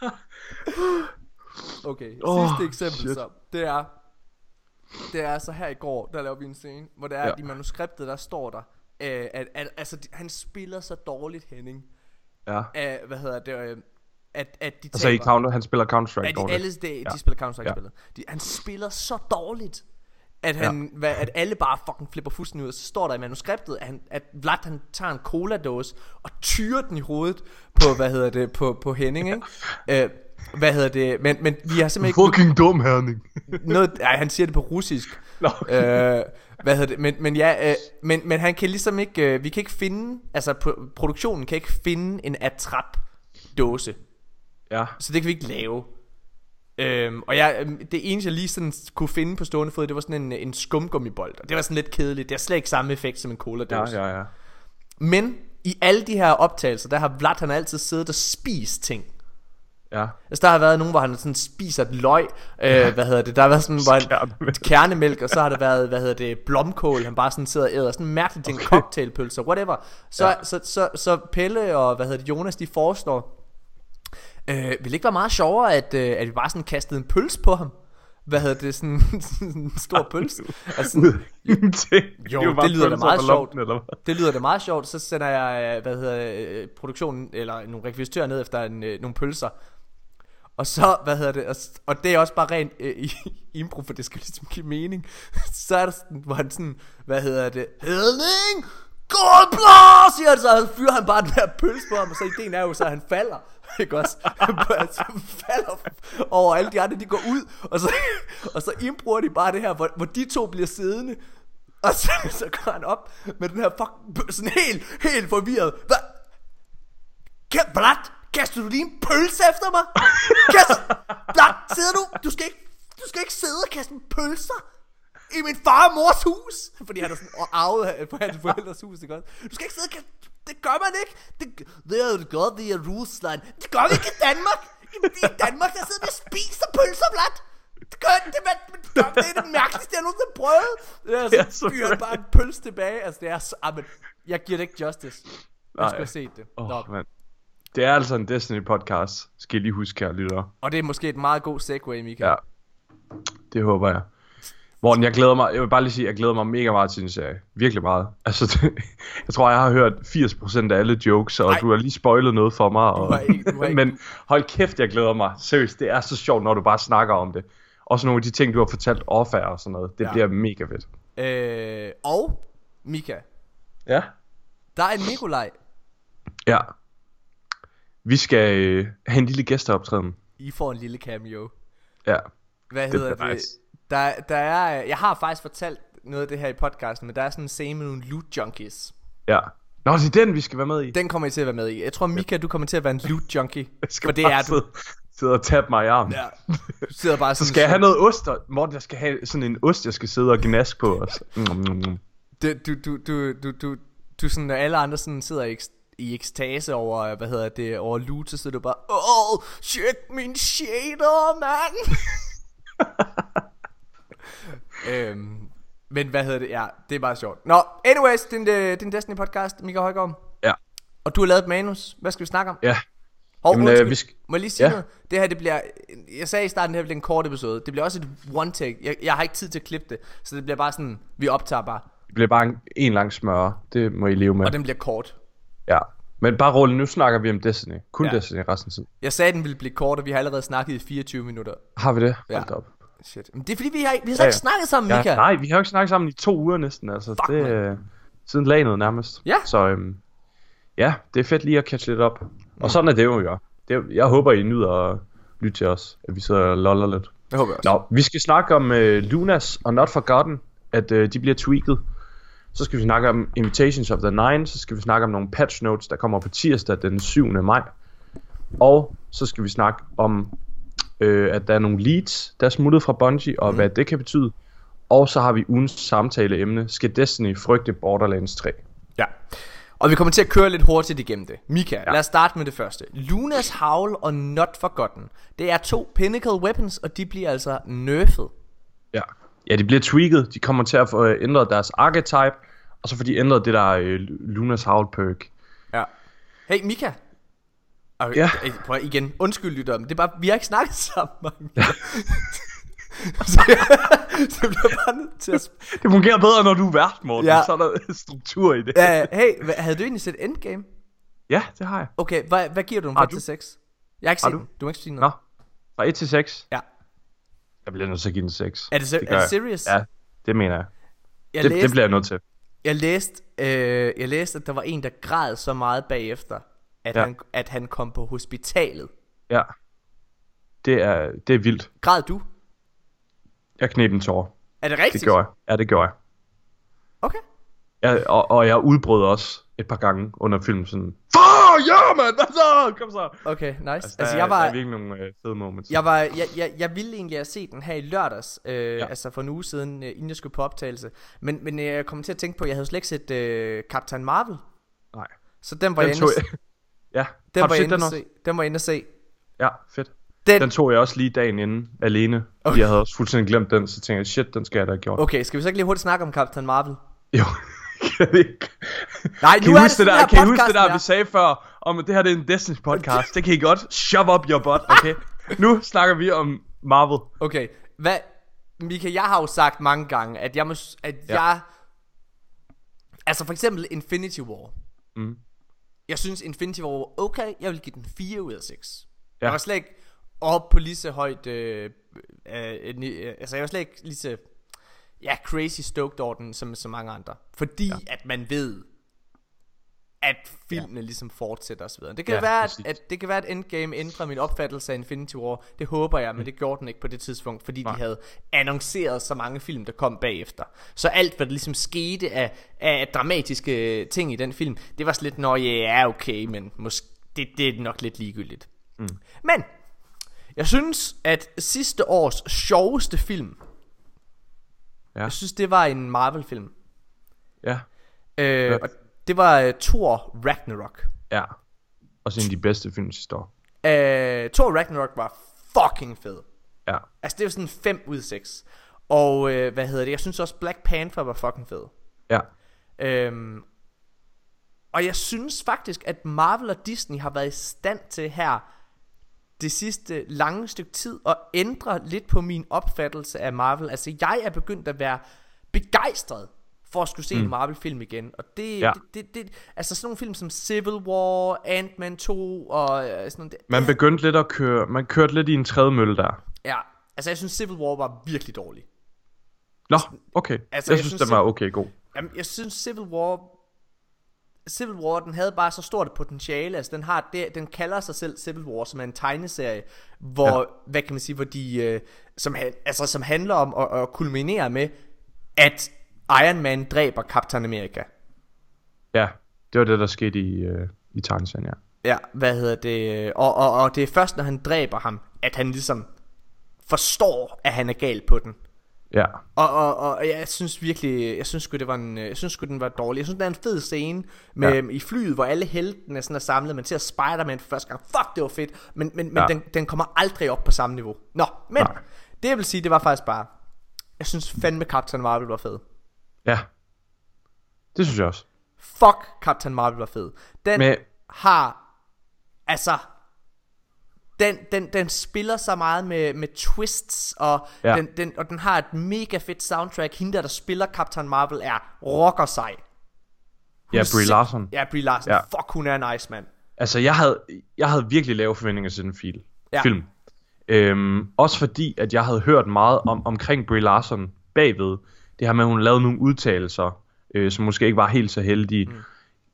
Okay, sidste oh, eksempel shit. Så det er Det er så her i går, der laver vi en scene, hvor det er, ja. I manuskriptet, der står der øh, at, at, altså, han spiller så dårligt, Henning. Ja. At, hvad hedder det? Øh, at, at de altså i counter, han spiller Counter-Strike at dårligt. Alle, de, de ja. spiller Counter-Strike ja. spillet. De, han spiller så dårligt, at, han, ja. hvad, at alle bare fucking flipper fuldstændig ud. Og så står der i manuskriptet, at, han, at Vlad han tager en cola-dåse og tyrer den i hovedet på, hvad hedder det, på, på Henning, ikke? øh, Hvad hedder det? Men, men vi har simpelthen ikke fucking dum, Henning. noget, nej, han siger det på russisk. No, okay. øh, Hvad hedder det? Men, men ja, øh, men, men han kan ligesom ikke øh, vi kan ikke finde, altså pro- produktionen kan ikke finde en attrap dåse. Ja. Så det kan vi ikke lave. Øhm, og jeg, det eneste jeg lige sådan kunne finde på stående fod, det var sådan en, en skumgummibold. Og det var sådan lidt kedeligt. Det har slet ikke samme effekt som en cola-dåse. Ja, ja, ja. Men i alle de her optagelser, der har Vlad han altid siddet og spist ting. Ja. Altså der har været nogen, hvor han sådan spiser et løg, øh, ja. Hvad hedder det, der har været sådan hvor han, kernemælk. Og så har der været, hvad hedder det, blomkål. Han bare sådan sidder og æder sådan en mærkelig ting, okay. Cocktailpølser, whatever. Så, ja. så, så, så, så Pelle og hvad hedder det, Jonas, de foreslår, øh, ville det ikke være meget sjovere, at, øh, at vi bare sådan kastede en pøls på ham? Hvad hedder det, sådan, sådan en stor pøls? Altså, jo, jo det lyder da meget sjovt. Det lyder da meget sjovt. Så sender jeg, hvad hedder produktionen, eller nogle rekvisitører ned efter en, nogle pølser. Og så, hvad hedder det, og, og det er også bare rent øh, impro, for det skal ligesom give mening. Så er der sådan, hvor han sådan, hvad hedder det, Henning, Goldblå, siger han, så fyrer han bare den her pølse på ham. Og så ideen er jo så, at han falder, ikke også? Altså, han falder over alle de andre, de går ud. Og så, og så improer de bare det her, hvor, hvor de to bliver siddende. Og så, så går han op med den her fucking, sådan helt, helt forvirret. Hvad? Blad? Kaster du lige en pølse efter mig? Kaster, Blad, sidder du? Du skal ikke, du skal ikke sidde og kaste en pølser i min far og mors hus. Fordi han er sådan arvet på hans forældres hus, ikke også? Du skal ikke sidde og kaste, det gør man ikke. Det, det er jo det godt, det er Rusland. Det gør vi ikke i Danmark. I, i Danmark, der sidder vi og spiser pølser, Blad. Det gør det, det, det, det er det mærkeligste, jeg nogensinde har prøvet. Det er så, så fyrer bare en pølse tilbage. Altså det er så, ah, men jeg giver det ikke justice. Jeg skulle have set det. Åh, oh, mand. Det er altså en Destiny podcast, skal I lige huske her, lytter. Og det er måske et meget god segue, Michael. Ja, det håber jeg. Morten, jeg glæder mig, jeg vil bare lige sige, jeg glæder mig mega meget til den serie. Virkelig meget. Altså, det, jeg tror, jeg har hørt firs procent af alle jokes, og Ej. du har lige spoilet noget for mig. Og, du har ikke, du har ikke. Men hold kæft, jeg glæder mig. Seriøst, det er så sjovt, når du bare snakker om det. Også nogle af de ting, du har fortalt off-air og sådan noget. Det ja. bliver mega fedt. Øh, og, Mika. Ja? Der er en Nikolaj. Ja. Vi skal øh, have en lille gæsteoptræden. I får en lille cameo. Ja. Hvad hedder det? Nice. Der, der er, jeg har faktisk fortalt noget af det her i podcasten, men der er sådan en scene med nogle loot junkies. Ja. Nå, det er den, vi skal være med i. Den kommer I til at være med i. Jeg tror, Mika, du kommer til at være en loot junkie. For det er du. Sidde og tabe mig i armen. Ja. Du sidder bare sådan. Så skal jeg have noget ost, og Morten, jeg skal have sådan en ost, jeg skal sidde og gnaske på os. Mm, mm, mm. Du, du, du, du, du, du, du sådan, når alle andre sådan sidder i i ekstase over, hvad hedder det, over loot, så sidder du bare, oh, shit, min shader, mand. øhm, men hvad hedder det, ja, det er bare sjovt. Nå, anyways, det er en Destiny podcast, Michael Højgaard. Ja. Og du har lavet et manus, hvad skal vi snakke om? Ja. Hov, Jamen, øh, vi skal... Må jeg lige sige ja. noget? Det her, det bliver, jeg sagde i starten, det her bliver en kort episode. Det bliver også et one take, jeg, jeg har ikke tid til at klippe det. Så det bliver bare sådan, vi optager bare. Det bliver bare en, en lang smøre, det må I leve med. Og den bliver kort. Ja, men bare rolig, nu snakker vi om Destiny. Kun ja. Destiny resten af tiden. Jeg sagde, den ville blive kort, og vi har allerede snakket i fireogtyve minutter. Har vi det? Ja. Hold op. Shit. Men det er fordi, vi har, vi har så ja, ikke snakket sammen, Mika. Ja, nej, vi har jo ikke snakket sammen i to uger næsten. Altså. Fuck, det er siden lanet nærmest. Ja. Så øhm, ja, det er fedt lige at catch lidt op. Og sådan er det jo, ja. Det, jeg håber, I nyder at lytte til os, at vi sidder og loller lidt. Det håber jeg også. Nå, vi skal snakke om øh, Lunas og Not Forgotten, at øh, de bliver tweaked. Så skal vi snakke om Invitations of the Nine. Så skal vi snakke om nogle patch notes, der kommer på tirsdag den syvende maj. Og så skal vi snakke om, øh, at der er nogle leads, der er smuttet fra Bungie, og mm. hvad det kan betyde. Og så har vi ugens samtaleemne: skal Destiny frygte Borderlands tre? Ja. Og vi kommer til at køre lidt hurtigt igennem det. Mika, ja. Lad os starte med det første. Lunas Howl og Not Forgotten. Det er to pinnacle weapons, og de bliver altså nerfed. Ja, ja, de bliver tweaked. De kommer til at få ændret deres archetype. Og så får de ændret det der øh, Lunas Howl perk. Ja. Hey Mika. Okay, ja. Prøv igen, undskyld lytter, men det er bare, vi har ikke snakket sammen. Ja. så, så jeg bliver bare nødt til at... Det fungerer bedre, når du er vært, Morten. Ja. Så er der struktur i det. Ja, hey, hvad, havde du egentlig set Endgame? Ja, det har jeg. Okay, hvad, hvad giver du fra et til seks? Jeg har ikke set den, du må ikke sige noget. Nå, fra et til seks? Ja. Jeg bliver nødt til at give den seks. Er det, det er det serious? Ja, det mener jeg, jeg det, læste, det bliver jeg nødt til. Jeg læste, øh, jeg læste, at der var en, der græd så meget bagefter, at, ja. han, at han kom på hospitalet. Ja. Det er, det er vildt. Græd du? Jeg kneb en tår. Er det rigtigt? Det gjorde jeg. Ja, det gjorde jeg. Okay. Ja, og, og jeg udbrød også et par gange under filmen sådan, Fuh, ja mand, altså, kom så. Okay, nice. Altså, altså jeg var, der er virkelig nogle øh, fede moments. Jeg var, jeg, jeg, jeg ville egentlig have set den her i lørdags, øh, ja. altså for en uge siden, øh, inden jeg skulle på optagelse. Men, men jeg kom til at tænke på, at jeg havde slet ikke set øh, Captain Marvel. Nej. Så den var den jeg inde jeg... Ja, den har var du set inde den også? Se. Den var inde at se. Ja, fedt. Den... den tog jeg også lige dagen inden, alene. Okay. Jeg havde også fuldstændig glemt den, så tænkte jeg, shit, den skal jeg da have gjort. Okay, skal vi så ikke lige hurtigt snakke om Captain Marvel? Jo. Nej, kan nu I er huske det, det der, kan I huske det der, ja. vi sagde før, om at det her det er en Destiny podcast? Det kan I godt shove up your butt, okay? Nu snakker vi om Marvel. Okay, hvad, Mika, jeg har jo sagt mange gange, at jeg må, at ja. jeg, altså for eksempel Infinity War. Mm. Jeg synes Infinity War var okay, jeg vil give den fire ud af seks. Ja. Jeg var slet ikke op på lige så højt, øh, øh, øh, altså jeg var slet ikke lige så, ja, crazy stoked over den som så mange andre. Fordi ja. at man ved, at filmene ja. ligesom fortsætter og så videre. Det kan, ja, være, at, at, det kan være, at Endgame ændrer min opfattelse af Infinity War. Det håber jeg, men det gjorde den ikke på det tidspunkt, fordi Nej. de havde annonceret så mange film, der kom bagefter. Så alt, hvad der ligesom skete af, af dramatiske ting i den film, det var slet, nå ja, okay, men måske, det, det er nok lidt ligegyldigt. Mm. Men jeg synes, at sidste års sjoveste film, ja. jeg synes, det var en Marvel-film. Ja. Øh, og det var uh, Thor Ragnarok. Ja. Også en af de bedste film sidste år. uh, Thor Ragnarok var fucking fed. Ja. Altså det var sådan fem ud af seks. Og uh, hvad hedder det, jeg synes også Black Panther var fucking fed. Ja. um, Og jeg synes faktisk, at Marvel og Disney har været i stand til her det sidste lange stykke tid at ændre lidt på min opfattelse af Marvel. Altså jeg er begyndt at være begejstret for at skulle se mm. en Marvel-film igen. Og det, ja. det, det, det altså sådan nogle film som Civil War, Ant-Man to og sådan noget. Det, man begyndte lidt at køre, man kørte lidt i en trædemølle der. Ja, altså jeg synes Civil War var virkelig dårlig. Nå, okay. Altså, jeg, jeg synes, synes den var okay god. Jamen, jeg synes Civil War Civil War, den havde bare så stort et potentiale. Altså den har det, den kalder sig selv Civil War, som er en tegneserie, hvor ja. hvad kan man sige, hvor de øh, som altså som handler om at, at kulminere med at Iron Man dræber Captain America. Ja, det var det der skete i øh, i tegneserien, ja. Ja, hvad hedder det? Og, og og det er først når han dræber ham, at han ligesom forstår at han er gal på den. Ja. Og, og, og jeg synes virkelig, jeg synes sgu det var en, jeg synes sgu den var dårlig. Jeg synes det er en fed scene med ja. i flyet, hvor alle heltene sådan er samlet. Man ser Spider-Man for første gang. Fuck, det var fedt. Men, men, men ja. den, den kommer aldrig op på samme niveau. Nå, men Nej. det jeg vil sige, det var faktisk bare, jeg synes fandme Captain Marvel var fed. Ja. Det synes jeg også. Fuck, Captain Marvel var fed. Den men... har altså Den, den, den spiller så meget med, med twists, og, ja. den, den, og den har et mega fedt soundtrack. Hende der, der spiller Captain Marvel, er rocker sej. Ja, Brie Larson. Ja, Brie Larson. Ja. Fuck, hun er nice, mand. Altså, jeg havde, jeg havde virkelig lave forventninger til den fil, ja. film. Øhm, også fordi, at jeg havde hørt meget om, omkring Brie Larson bagved. Det her med, at hun lavede nogle udtalelser, øh, som måske ikke var helt så heldige. Mm.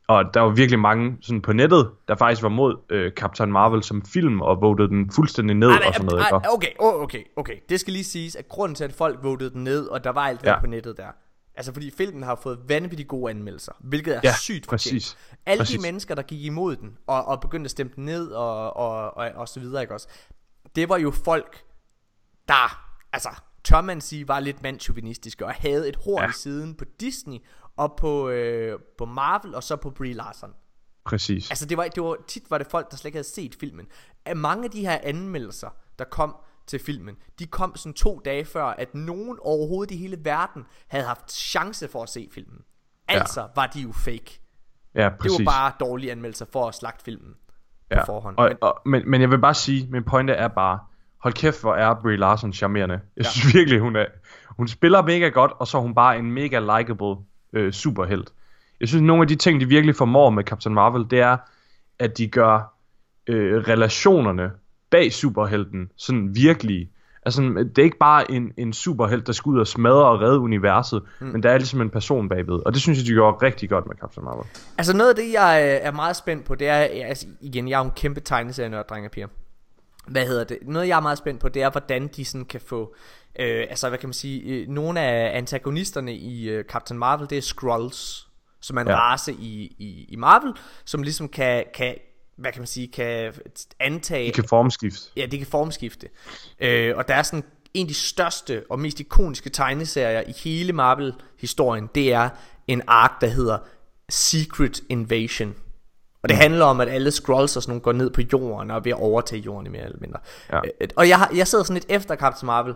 Og der var virkelig mange sådan på nettet, der faktisk var mod øh, Captain Marvel som film, og votede den fuldstændig ned ej, og sådan noget. Ej, ikke? okay, okay, okay. Det skal lige siges, at grunden til, at folk votede den ned, og der var alt det ja. på nettet der. Altså fordi filmen har fået vanvittigt gode anmeldelser, hvilket er ja, sygt præcis. fortjent. Alle præcis. de mennesker, der gik imod den, og, og begyndte at stemme den ned, og, og, og, og så videre, ikke også? Det var jo folk, der, altså, tør man sige, var lidt mandschauvinistiske, og havde et horn ja. i siden på Disney, og på, øh, på Marvel, og så på Brie Larson. Præcis. Altså det var, det var, tit var det folk, der slet ikke havde set filmen. Af mange af de her anmeldelser, der kom til filmen, de kom sådan to dage før, at nogen overhovedet i hele verden havde haft chance for at se filmen. Altså ja. var de jo fake. Ja, præcis. Det var bare dårlige anmeldelser for at slagte filmen ja. på forhånd. Og, men, og, men, men jeg vil bare sige, min pointe er bare, hold kæft, hvor er Brie Larson charmerende. Jeg ja. synes virkelig, hun er, hun spiller mega godt, og så er hun bare en mega likable øh, superhelt. Jeg synes, nogle af de ting, de virkelig formår med Captain Marvel, det er, at de gør øh, relationerne bag superhelten sådan virkelige. Altså, det er ikke bare en, en superhelt, der skal ud og smadre og redde universet, mm. men der er ligesom en person bagved. Og det synes jeg, de gjorde rigtig godt med Captain Marvel. Altså noget af det, jeg er meget spændt på, det er, altså, igen, jeg er jo en kæmpe tegneserienørd, drenge og piger. Hvad hedder det? Noget, jeg er meget spændt på, det er, hvordan de sådan kan få, øh, altså, hvad kan man sige, øh, nogle af antagonisterne i øh, Captain Marvel, det er Skrulls, som er en ja. race i, i, i Marvel, som ligesom kan, kan, hvad kan man sige, kan antage... De kan formskifte. Ja, de kan formskifte. Øh, og der er sådan en af de største og mest ikoniske tegneserier i hele Marvel-historien, det er en ark, der hedder Secret Invasion. Og det handler om, at alle Skrulls og sådan nogle går ned på jorden og er ved at overtage jorden i mere eller mindre. Ja. Øh, og jeg, jeg sidder sådan lidt efter Captain Marvel.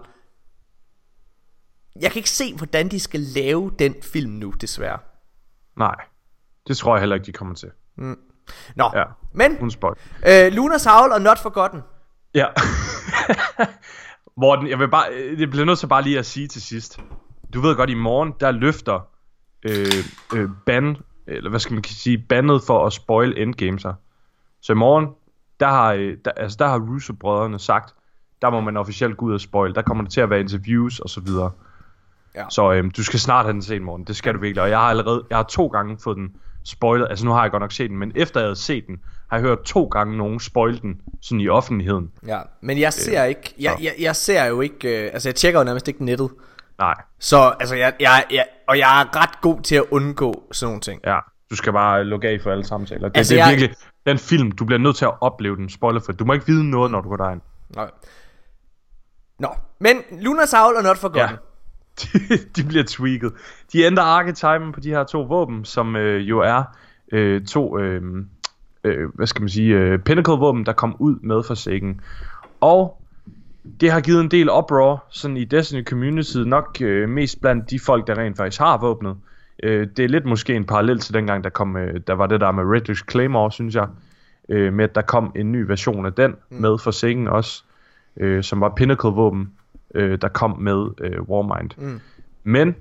Jeg kan ikke se, hvordan de skal lave den film nu, desværre. Nej, det tror jeg heller ikke, de kommer til. Mm. Nå, ja. men øh, Luna's Howl og Not Forgotten. Ja. Morten, jeg vil bare, jeg bliver nødt til bare lige at sige til sidst. Du ved godt, i morgen, der løfter øh, øh, ban, eller hvad skal man sige, bandet for at spoil Endgame sig. Så i morgen, der har, der, altså der har Russo-brødrene sagt, der må man officielt gå ud og spoil. Der kommer det til at være interviews og så videre. Ja. Så øhm, du skal snart have den set i morgen. Det skal du virkelig. Og jeg har allerede, jeg har to gange fået den spoilet. Altså nu har jeg godt nok set den, men efter jeg havde set den, har jeg hørt to gange nogen spoil den sådan i offentligheden. Ja, men jeg ser øh, ikke jeg, jeg, jeg ser jo ikke øh, altså jeg tjekker jo nærmest ikke nettet. Nej. Så altså jeg, jeg, jeg og jeg er ret god til at undgå sådan nogle ting. Ja, du skal bare logge af for alle samtaler. Det, altså, det er jeg... virkelig den film, du bliver nødt til at opleve den spoilerfrit. Du må ikke vide noget, når du går derind. Nej. Nå, men Luna's Howl og Not Forgotten. Ja. De, de bliver tweaked. De ændrer archetypen på de her to våben, som øh, jo er øh, to, øh, øh, hvad skal man sige, øh, Pinnacle-våben, der kom ud med Forsaken. Og det har givet en del uproar, sådan i Destiny Community, nok øh, mest blandt de folk, der rent faktisk har våbnet. Øh, det er lidt måske en parallel til dengang, der kom, øh, der var det der med Redrix Claymore, synes jeg, øh, med at der kom en ny version af den, mm. med Forsaken også, øh, som var Pinnacle-våben, Øh, der kom med øh, Warmind. Mm. Men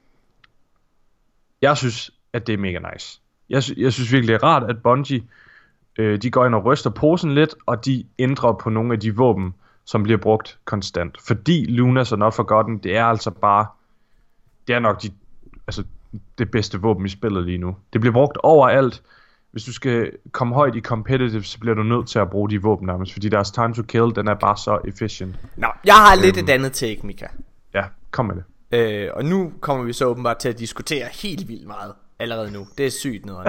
jeg synes, at det er mega nice. Jeg, sy- jeg synes virkelig, det er rart, at Bungie øh, de går ind og ryster posen lidt, og de ændrer på nogle af de våben, som bliver brugt konstant. Fordi Luna's og Not Forgotten, det er altså bare, det er nok de, altså, det bedste våben i spillet lige nu. Det bliver brugt overalt. Hvis du skal komme højt i competitive, så bliver du nødt til at bruge de våben nærmest, fordi deres time to kill, den er bare så efficient. Nå, jeg har øhm, lidt et andet take, Mika. Ja, kom med det. Øh, og nu kommer vi så åbenbart til at diskutere helt vildt meget allerede nu. Det er sygt noget.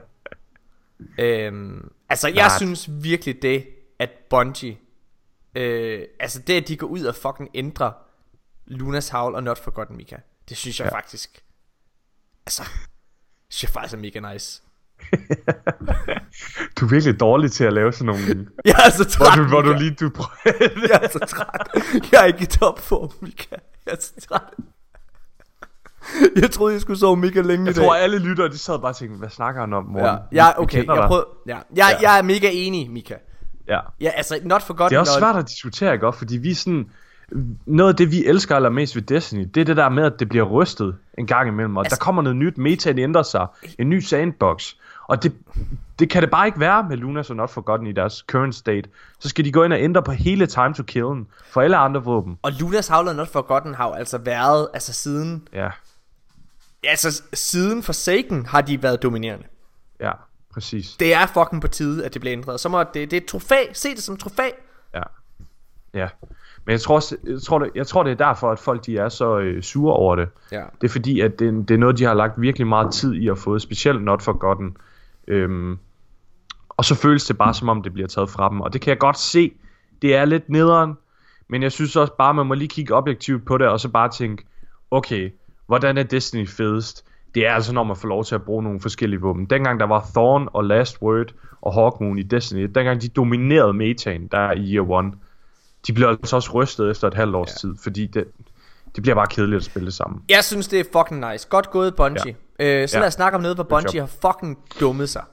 øhm, altså, jeg Nej. synes virkelig det, at Bungie, øh, altså det, at de går ud og fucking ændrer Luna's Howl og Not Forgotten, Mika, det synes jeg ja. faktisk, altså, det synes jeg faktisk er mega nice. Du er virkelig dårlig til at lave sådan nogle. Jeg er så træt, Hvor du, hvor du lige du Jeg er så træt. Jeg er ikke i topform, Mika. Jeg er så træt. Jeg troede jeg skulle sove mega længe jeg i dag. Jeg tror alle lyttere de sad bare og tænkte, hvad snakker han om, Morten? Ja, ja okay, jeg prøvede. Ja. Jeg, jeg er mega enig, Mika. Ja. Ja, altså Not Forgotten. Det er også svært at diskutere, ikke? Fordi vi sådan, noget af det vi elsker allermest ved Destiny, det er det der med at det bliver rystet en gang imellem, og altså, der kommer noget nyt, metaen ændrer sig, en ny sandbox. Og det, det kan det bare ikke være med Luna's og Not Forgotten i deres current state. Så skal de gå ind og ændre på hele time to killen for alle andre våben. Og Luna's Howl og Not Forgotten har jo altså været, altså siden, ja, altså siden Forsaken har de været dominerende. Ja, præcis. Det er fucking på tide, at det bliver ændret. Så må det, det er et trofæ. Se det som et trofæ. Ja. Ja. Men jeg tror, også, jeg, tror det, jeg tror det er derfor at folk de er så øh, sure over det. Ja. Det er fordi at det, det er noget de har lagt virkelig meget tid i at få, specielt Not Forgotten. Øhm, og så føles det bare som om det bliver taget fra dem. Og det kan jeg godt se. Det er lidt nederen. Men jeg synes også bare man må lige kigge objektivt på det, og så bare tænke, okay, hvordan er Destiny fedest? Det er altså når man får lov til at bruge nogle forskellige våben. Dengang der var Thorn og Last Word og Hawkmoon i Destiny, dengang de dominerede metaen der i Year One, de bliver altså også rystet efter et halvt års ja. tid, fordi det, det bliver bare kedeligt at spille det sammen. Jeg synes det er fucking nice. Godt gået Bungie. ja. øh, Så ja. lad os snakke om noget, hvor Bungie har fucking dummet sig.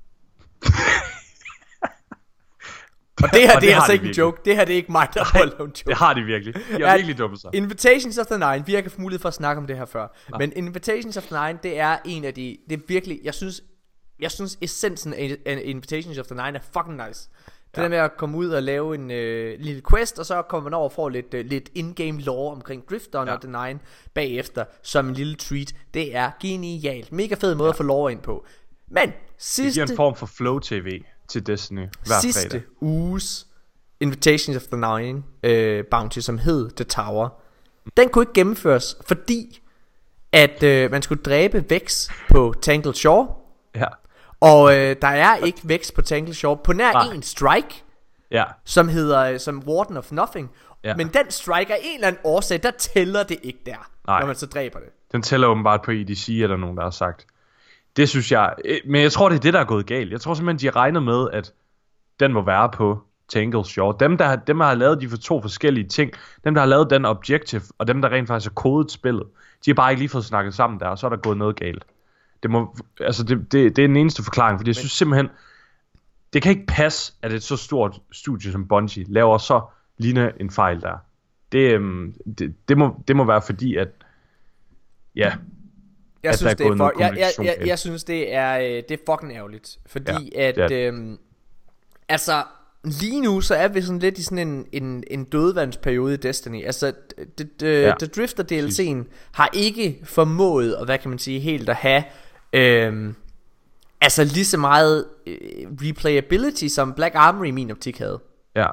Og det her, og det, det er altså ikke en joke. Det her, det er ikke mig, der har lavet en joke. Det har de virkelig. De har virkelig dummet sig. Invitations of the Nine. Vi har ikke haft mulighed for at snakke om det her før. Ja. Men Invitations of the Nine, det er en af de... Det er virkelig... Jeg synes... Jeg synes essensen af Invitations of the Nine er fucking nice. Det ja. der med at komme ud og lave en øh, lille quest, og så kommer man over og får lidt, øh, lidt in-game lore omkring Drifteren ja. og The Nine bagefter, som en lille treat. Det er genialt. Mega fed måde ja. at få lore ind på. Men sidste... Det giver en form for flow-tv til Destiny hver sidste fredag. uges Invitations of the Nine øh, bounty, som hed The Tower, den kunne ikke gennemføres, fordi at øh, man skulle dræbe Vex på Tangled Shore. Ja. Og øh, der er ikke Vex på Tangled Shore på nær Nej. en strike, ja. som hedder som Warden of Nothing. Ja. Men den strike er en eller anden årsag, der tæller det ikke der, Nej. når man så dræber det. Den tæller åbenbart på E D C, eller nogen der har sagt. Det synes jeg, men jeg tror det er det der er gået galt. Jeg tror simpelthen de har regnet med at den må være på Tangled Shore. Dem der, dem der har lavet de for to forskellige ting, dem der har lavet den objective, og dem der rent faktisk har kodet spillet, de har bare ikke lige fået snakket sammen der, og så er der gået noget galt. Det må, altså det, det, det er den eneste forklaring, fordi jeg synes simpelthen, det kan ikke passe, at et så stort studie som Bungie laver så lignende en fejl der. Det, øhm, det, det, må, det må være fordi at ja. Jeg at synes det er for, jeg, jeg, jeg, jeg synes det er det er fucking ærgerligt, fordi ja, at øhm, altså lige nu så er vi sådan lidt i sådan en en, en dødvandsperiode i Destiny. Altså det, det, ja. The Drifter D L C'en har ikke formået, og hvad kan man sige, helt at have øhm, altså lige så meget øh, replayability som Black Armory i min optik havde. Ja.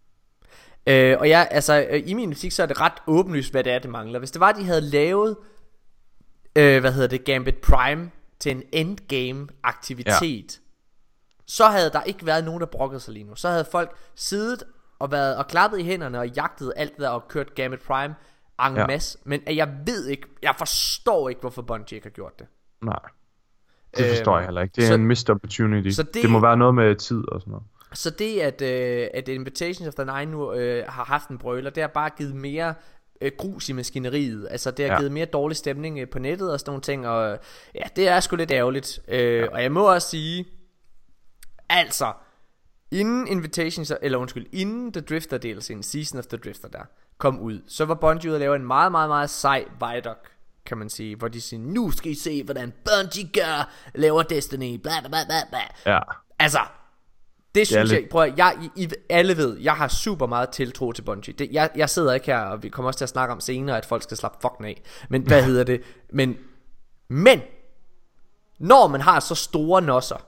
Øh, og jeg altså øh, i min optik så er det ret åbenlyst hvad det er det mangler. Hvis det var de havde lavet øh, hvad hedder det Gambit Prime til en endgame aktivitet, ja. så havde der ikke været nogen der brokkede sig lige nu. Så havde folk siddet og været og klappet i hænderne og jagtet alt det der og kørt Gambit Prime en ja. masse. Men jeg ved ikke, jeg forstår ikke hvorfor Bungie ikke har gjort det. Nej, det forstår øhm, jeg heller ikke. Det er så, en missed opportunity. Så det, det må være noget med tid og sådan noget. Så det at, øh, at Invitations of the Nine nu øh, har haft en brøler, det har bare givet mere øh, grus i maskineriet. Altså det har ja. givet mere dårlig stemning øh, på nettet og sådan nogle ting. Og ja, det er sgu lidt ærgerligt. øh, ja. Og jeg må også sige, altså inden Invitations, eller undskyld, inden The Drifter D L C'en, Season of the Drifter der kom ud, så var Bungie ude at lave en meget meget meget sej Vidoc, kan man sige, hvor de siger, nu skal I se hvordan Bungie gør, laver Destiny, bla bla bla bla. Ja. Altså det synes jeg, prøv at, jeg I, I, alle ved, jeg har super meget tiltro til Bungie. Det, jeg, jeg sidder ikke her, og vi kommer også til at snakke om senere, at folk skal slappe fucken af. Men hvad hedder det? Men, men, når man har så store nosser,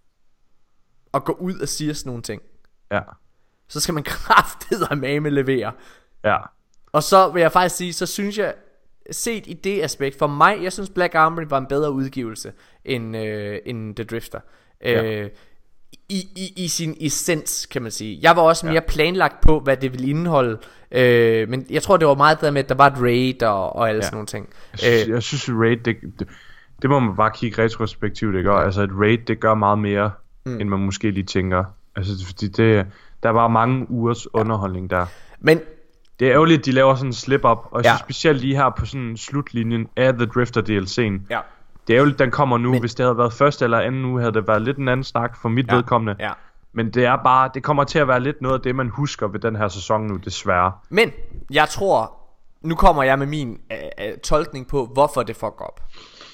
og går ud og siger sådan nogle ting, ja. så skal man kraftedeme levere. Ja. Og så vil jeg faktisk sige, så synes jeg, set i det aspekt, for mig, jeg synes Black Armory var en bedre udgivelse end, øh, end The Drifter. Ja. Øh, I, i, I sin essens, kan man sige. Jeg var også mere ja. planlagt på hvad det ville indeholde, øh, men jeg tror det var meget der med at der var et raid og, og alle ja. sådan nogle ting. Jeg synes, jeg synes raid det, det, det må man bare kigge retrospektivt. Det gør. Ja. Altså et raid det gør meget mere mm. end man måske lige tænker. Altså fordi det, der var mange ugers ja. underholdning der. Men det er ærgerligt at de laver sådan en slip up. Og jeg synes ja. specielt lige her på sådan slutlinjen af The Drifter D L C'en. Ja. Det er jo lidt, den kommer nu. Men hvis det havde været første eller anden uge, havde det været lidt en anden snak for mit ja, vedkommende. Ja. Men det er bare, det kommer til at være lidt noget af det, man husker ved den her sæson nu, desværre. Men jeg tror, nu kommer jeg med min øh, øh, tolkning på, hvorfor det fuck op.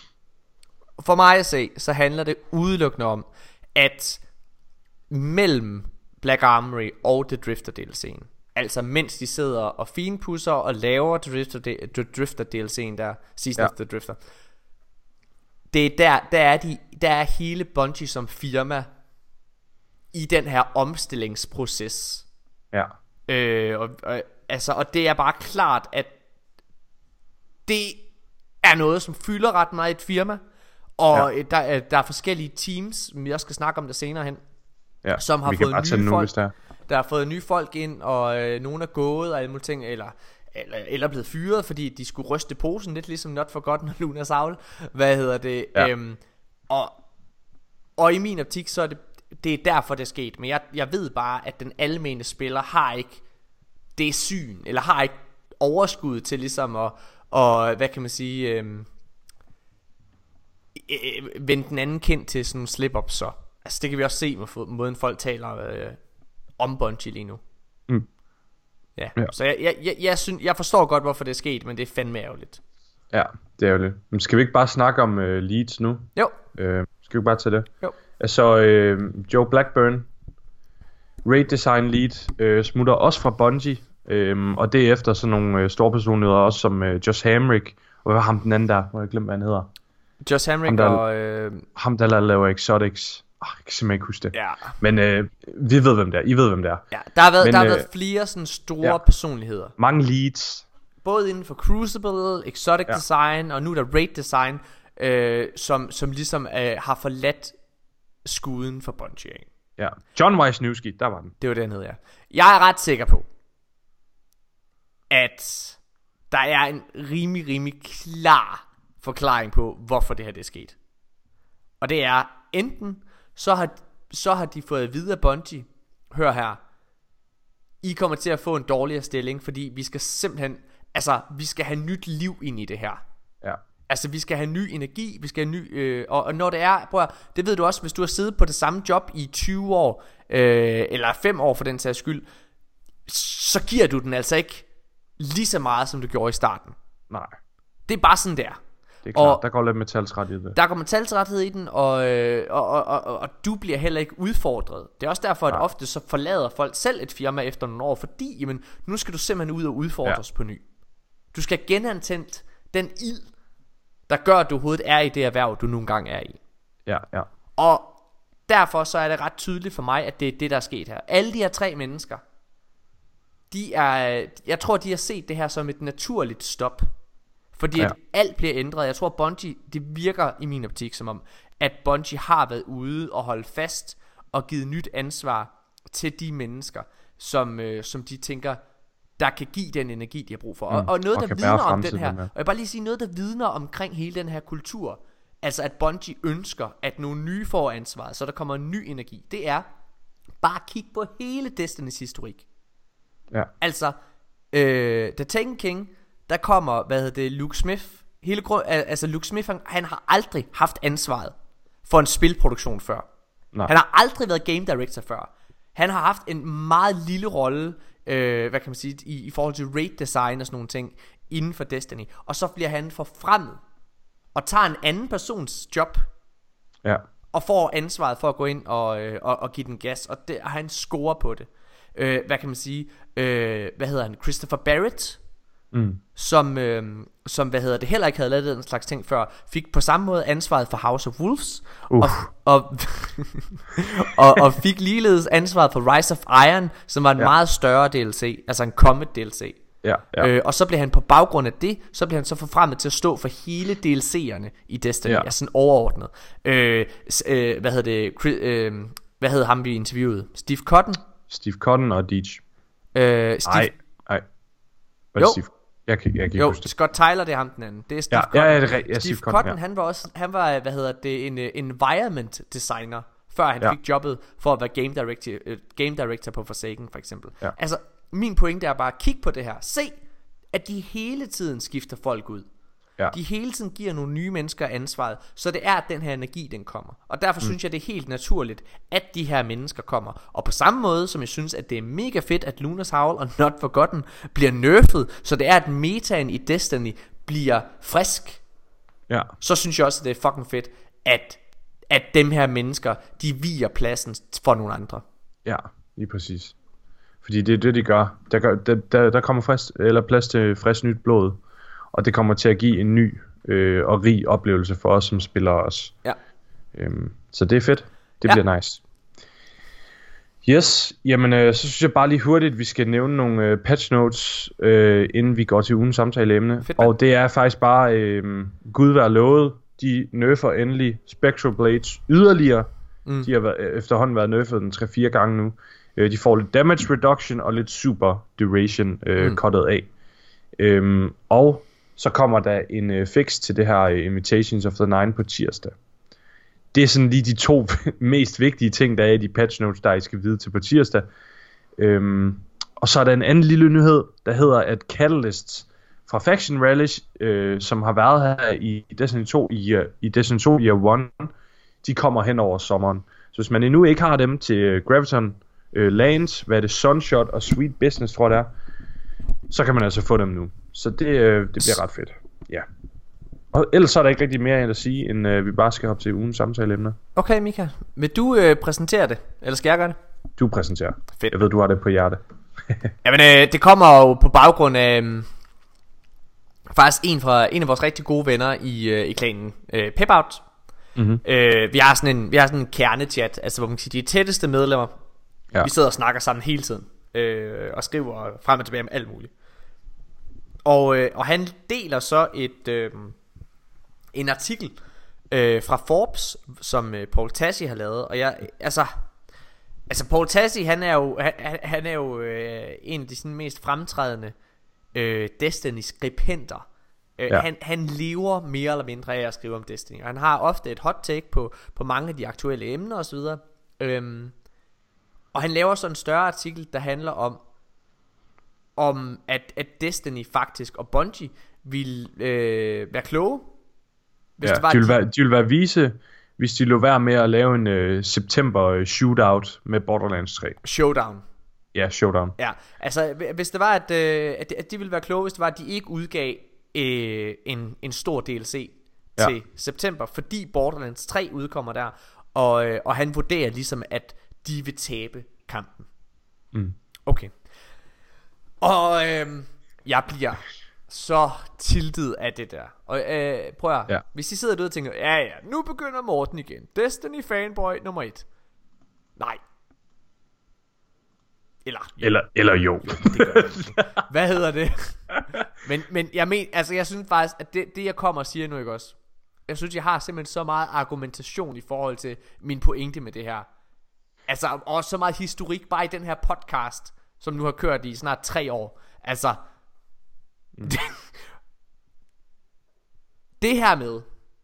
For mig at se, så handler det udelukkende om, at mellem Black Armory og The Drifter D L C'en, altså mens de sidder og finpudser og laver The Drifter, The Drifter D L C'en der, Season ja. of the Drifter, det er der, der er de, der er hele Bungie som firma i den her omstillingsproces. Ja. Øh, og, og, altså, og det er bare klart, at det er noget, som fylder ret meget i et firma. Og ja. der, er, der er forskellige teams, vi også skal snakke om det senere hen, ja. som har vi fået nye nu, folk, der. der har fået nye folk ind, og øh, nogle er gået og alle mulige ting, eller, eller, eller blevet fyret, fordi de skulle ryste posen, lidt ligesom Not Forgotten og Luna Saul. Hvad hedder det? Ja. Øhm, og, og i min optik, så er det, det er derfor det er sket. Men jeg, jeg ved bare, at den almene spiller har ikke det syn, eller har ikke overskud til ligesom at, og, hvad kan man sige, øhm, øh, vende den anden kind til sådan en slip-up så. Altså det kan vi også se med måden folk taler øh, om Bungie lige nu. Mm. Ja. ja. Så jeg, jeg, jeg, jeg, synes, jeg forstår godt hvorfor det er sket, men det er fandme ærgerligt. Ja, det er jo det. Men skal vi ikke bare snakke om øh, Leeds nu? Jo. øh, Skal vi bare tage det? Jo. Altså øh, Joe Blackburn, Raid Design Lead, øh, smutter også fra Bungie. øh, Og det er efter sådan nogle øh, store personligheder også som øh, Josh Hamrick. Og hvad var ham den anden der? Må jeg glemme hvad han hedder? Josh Hamrick ham, der, og øh... ham der laver Exotics. Oh, jeg kan simpelthen ikke huske det. Ja. Men øh, vi ved hvem det er. I ved hvem det er. Ja, der har været, Men, der har øh, været flere sådan store ja. personligheder. Mange leads. Både inden for Crucible, Exotic ja. Design og nu er der Raid Design, øh, som, som ligesom øh, har forladt skuden for Bungie. Ja. John Wisniewski, der var den. Det var den hed, ja. Jeg er ret sikker på, at der er en rimelig, rimelig klar forklaring på, hvorfor det her det er sket. Og det er, enten så har, så har de fået at vide af Bungie, hør her, I kommer til at få en dårligere stilling, fordi vi skal simpelthen, altså vi skal have nyt liv ind i det her. Ja. Altså vi skal have ny energi, vi skal have ny, øh, og, og når det er, prøv at, det ved du også, hvis du har siddet på det samme job i tyve år, øh, eller fem år for den sags skyld, så giver du den altså ikke lige så meget, som du gjorde i starten. Nej. Det er bare sådan der. Det er klart, og der går lidt metalsret i det. Der går metalsrethed i den, og, øh, og, og, og, og du bliver heller ikke udfordret. Det er også derfor, at Nej. ofte så forlader folk selv et firma efter nogle år, fordi jamen, nu skal du simpelthen ud og udfordres ja. på ny. Du skal genantændt den ild, der gør, at du overhovedet er i det erhverv, du nogle gange er i. Ja, ja. Og derfor så er det ret tydeligt for mig, at det er det, der er sket her. Alle de her tre mennesker, de er, jeg tror, de har set det her som et naturligt stop. Fordi ja. at alt bliver ændret. Jeg tror Bungie, det virker i min optik som om, at Bungie har været ude og holdt fast og givet nyt ansvar til de mennesker, som, øh, som de tænker, der kan give den energi, de har brug for. Mm, og, og noget, og der vidner om den her, og jeg vil bare lige sige noget, der vidner omkring hele den her kultur. Altså at Bungie ønsker, at nogle nye får ansvaret, så der kommer en ny energi. Det er bare kig på hele Destiny's historik. Ja. Altså øh, The Taken King, der kommer, hvad hedder det, Luke Smith. Hele grund, altså Luke Smith, han, han har aldrig haft ansvaret for en spilproduktion før. Nej. Han har aldrig været game director før. Han har haft en meget lille rolle, øh, hvad kan man sige, i, i forhold til raid design og sådan nogle ting inden for Destiny. Og så bliver han forfremmet og tager en anden persons job. Ja. Og får ansvaret for at gå ind og, øh, og, og give den gas. Og det, han scorer på det. øh, Hvad kan man sige, øh, hvad hedder han, Christopher Barrett, mm. som, øh, som hvad hedder det, heller ikke havde lavet den slags ting før, fik på samme måde ansvaret for House of Wolves, uh. og, og, og, og fik ligeledes ansvaret for Rise of Iron, som var en ja. meget større D L C, altså en Comet D L C. Ja, ja. Øh, og så blev han på baggrund af det, så blev han så forfremmet til at stå for hele D L C'erne i Destiny, ja. altså sådan overordnet. øh, øh, Hvad hedder det, øh, hvad hedder ham vi interviewede? Steve Cotton. Steve Cotton og Deej. øh, Steve... Ej, ej. Hvad er det, Steve? Jeg kan, jeg kan ikke jo, huske det. Scott Tyler, det er ham den anden. Det er Steve ja, Cotton. Ja, ja, det er, ja, Steve, Steve Cotton, Cotton, ja. han var også, han var, hvad hedder det, en uh, environment designer, før han ja. fik jobbet for at være game director, uh, game director på Forsaken for eksempel. Ja. Altså, min pointe er bare, kig på det her. Se, at de hele tiden skifter folk ud. Ja. De hele tiden giver nogle nye mennesker ansvaret, så det er, at den her energi, den kommer. Og derfor mm. synes jeg, det er helt naturligt, at de her mennesker kommer. Og på samme måde, som jeg synes, at det er mega fedt, at Luna's Howl og Not Forgotten bliver nerfed, så det er, at metaen i Destiny bliver frisk. Ja. Så synes jeg også, at det er fucking fedt, at, at dem her mennesker, de viger pladsen for nogle andre. Ja, lige præcis. Fordi det er det, de gør. Der, gør, der, der, der kommer frisk, eller plads til frisk nyt blod. Og det kommer til at give en ny øh, og rig oplevelse for os som spillere også. Ja. Øhm, så det er fedt. Det Ja. bliver nice. Yes, jamen øh, så synes jeg bare lige hurtigt, vi skal nævne nogle øh, patch notes, øh, inden vi går til ugens samtaleemne. Fedt, mand. Og det er faktisk bare, øh, Gud være lovet, de nerfer endelig Spectral Blades yderligere. Mm. De har været, efterhånden været nerfet den tre fire gange nu. Øh, de får lidt damage reduction og lidt super duration øh, mm. cuttet af. Øhm, og så kommer der en øh, fix til det her øh, Imitations of the Nine på tirsdag. Det er sådan lige de to mest vigtige ting, der er i de patch notes, der I skal vide til på tirsdag. Øhm, og så er der en anden lille nyhed, der hedder, at Catalysts fra Faction Relish, øh, som har været her i Destiny to i, uh, i Destiny to Year one, de kommer hen over sommeren. Så hvis man endnu ikke har dem til uh, Graviton uh, Lands, hvad er det, Sunshot og Sweet Business, tror jeg det er, så kan man altså få dem nu. Så det, uh, det bliver ret fedt. Ja. Og ellers så er der ikke rigtig mere end at sige, end uh, vi bare skal hoppe til ugens samtaleemner. Okay, Mika. Vil du øh, præsentere det? Eller skal jeg gøre det? Du præsenterer. Fedt. Jeg ved, du har det på hjerte. Jamen, øh, det kommer jo på baggrund af øh, faktisk en fra en af vores rigtig gode venner i, øh, i klanen, øh, Pep-Out. Mm-hmm. Øh, vi har sådan en vi har sådan en kernechat, altså hvor man kan sige de tætteste medlemmer. Ja. Vi sidder og snakker sammen hele tiden, øh, og skriver frem og tilbage om alt muligt. Og øh, og han deler så et øh, en artikel øh, fra Forbes, som øh, Paul Tassi har lavet, og jeg altså altså Paul Tassi, han er jo han, han er jo øh, en af de sådan mest fremtrædende øh, Destiny skribenter. Ja. Han, han lever mere eller mindre af at skrive om Destiny. Han har ofte et hot take på, på mange af de aktuelle emner og så videre. Øhm, og han laver så en større artikel, der handler om om at, at Destiny faktisk og Bungie vil øh, være kloge, hvis ja, det var, de, vil være, de vil være vise, hvis de lå være med at lave en øh, september shootout med Borderlands tre. Showdown. Ja, showdown. Ja, altså hvis det var at, øh, at, at de ville være kloge, hvis det var at de ikke udgav øh, en, en stor D L C til ja. september, fordi Borderlands tre udkommer der, og, øh, og han vurderer ligesom at de vil tabe kampen. Mm. Okay. Og øh, jeg bliver så tiltet af det der. Og øh, prøv at ja. Hvis I sidder derude og tænker, ja ja, nu begynder Morten igen, Destiny fanboy nummer et. Nej. Eller Eller, eller jo, jo det gør jeg. Hvad hedder det? men, men jeg men, altså jeg synes faktisk at det, det jeg kommer og siger nu, ikke også, jeg synes jeg har simpelthen så meget argumentation i forhold til min pointe med det her. Altså også så meget historik bare i den her podcast, som nu har kørt i snart tre år. Altså mm. det, det her med,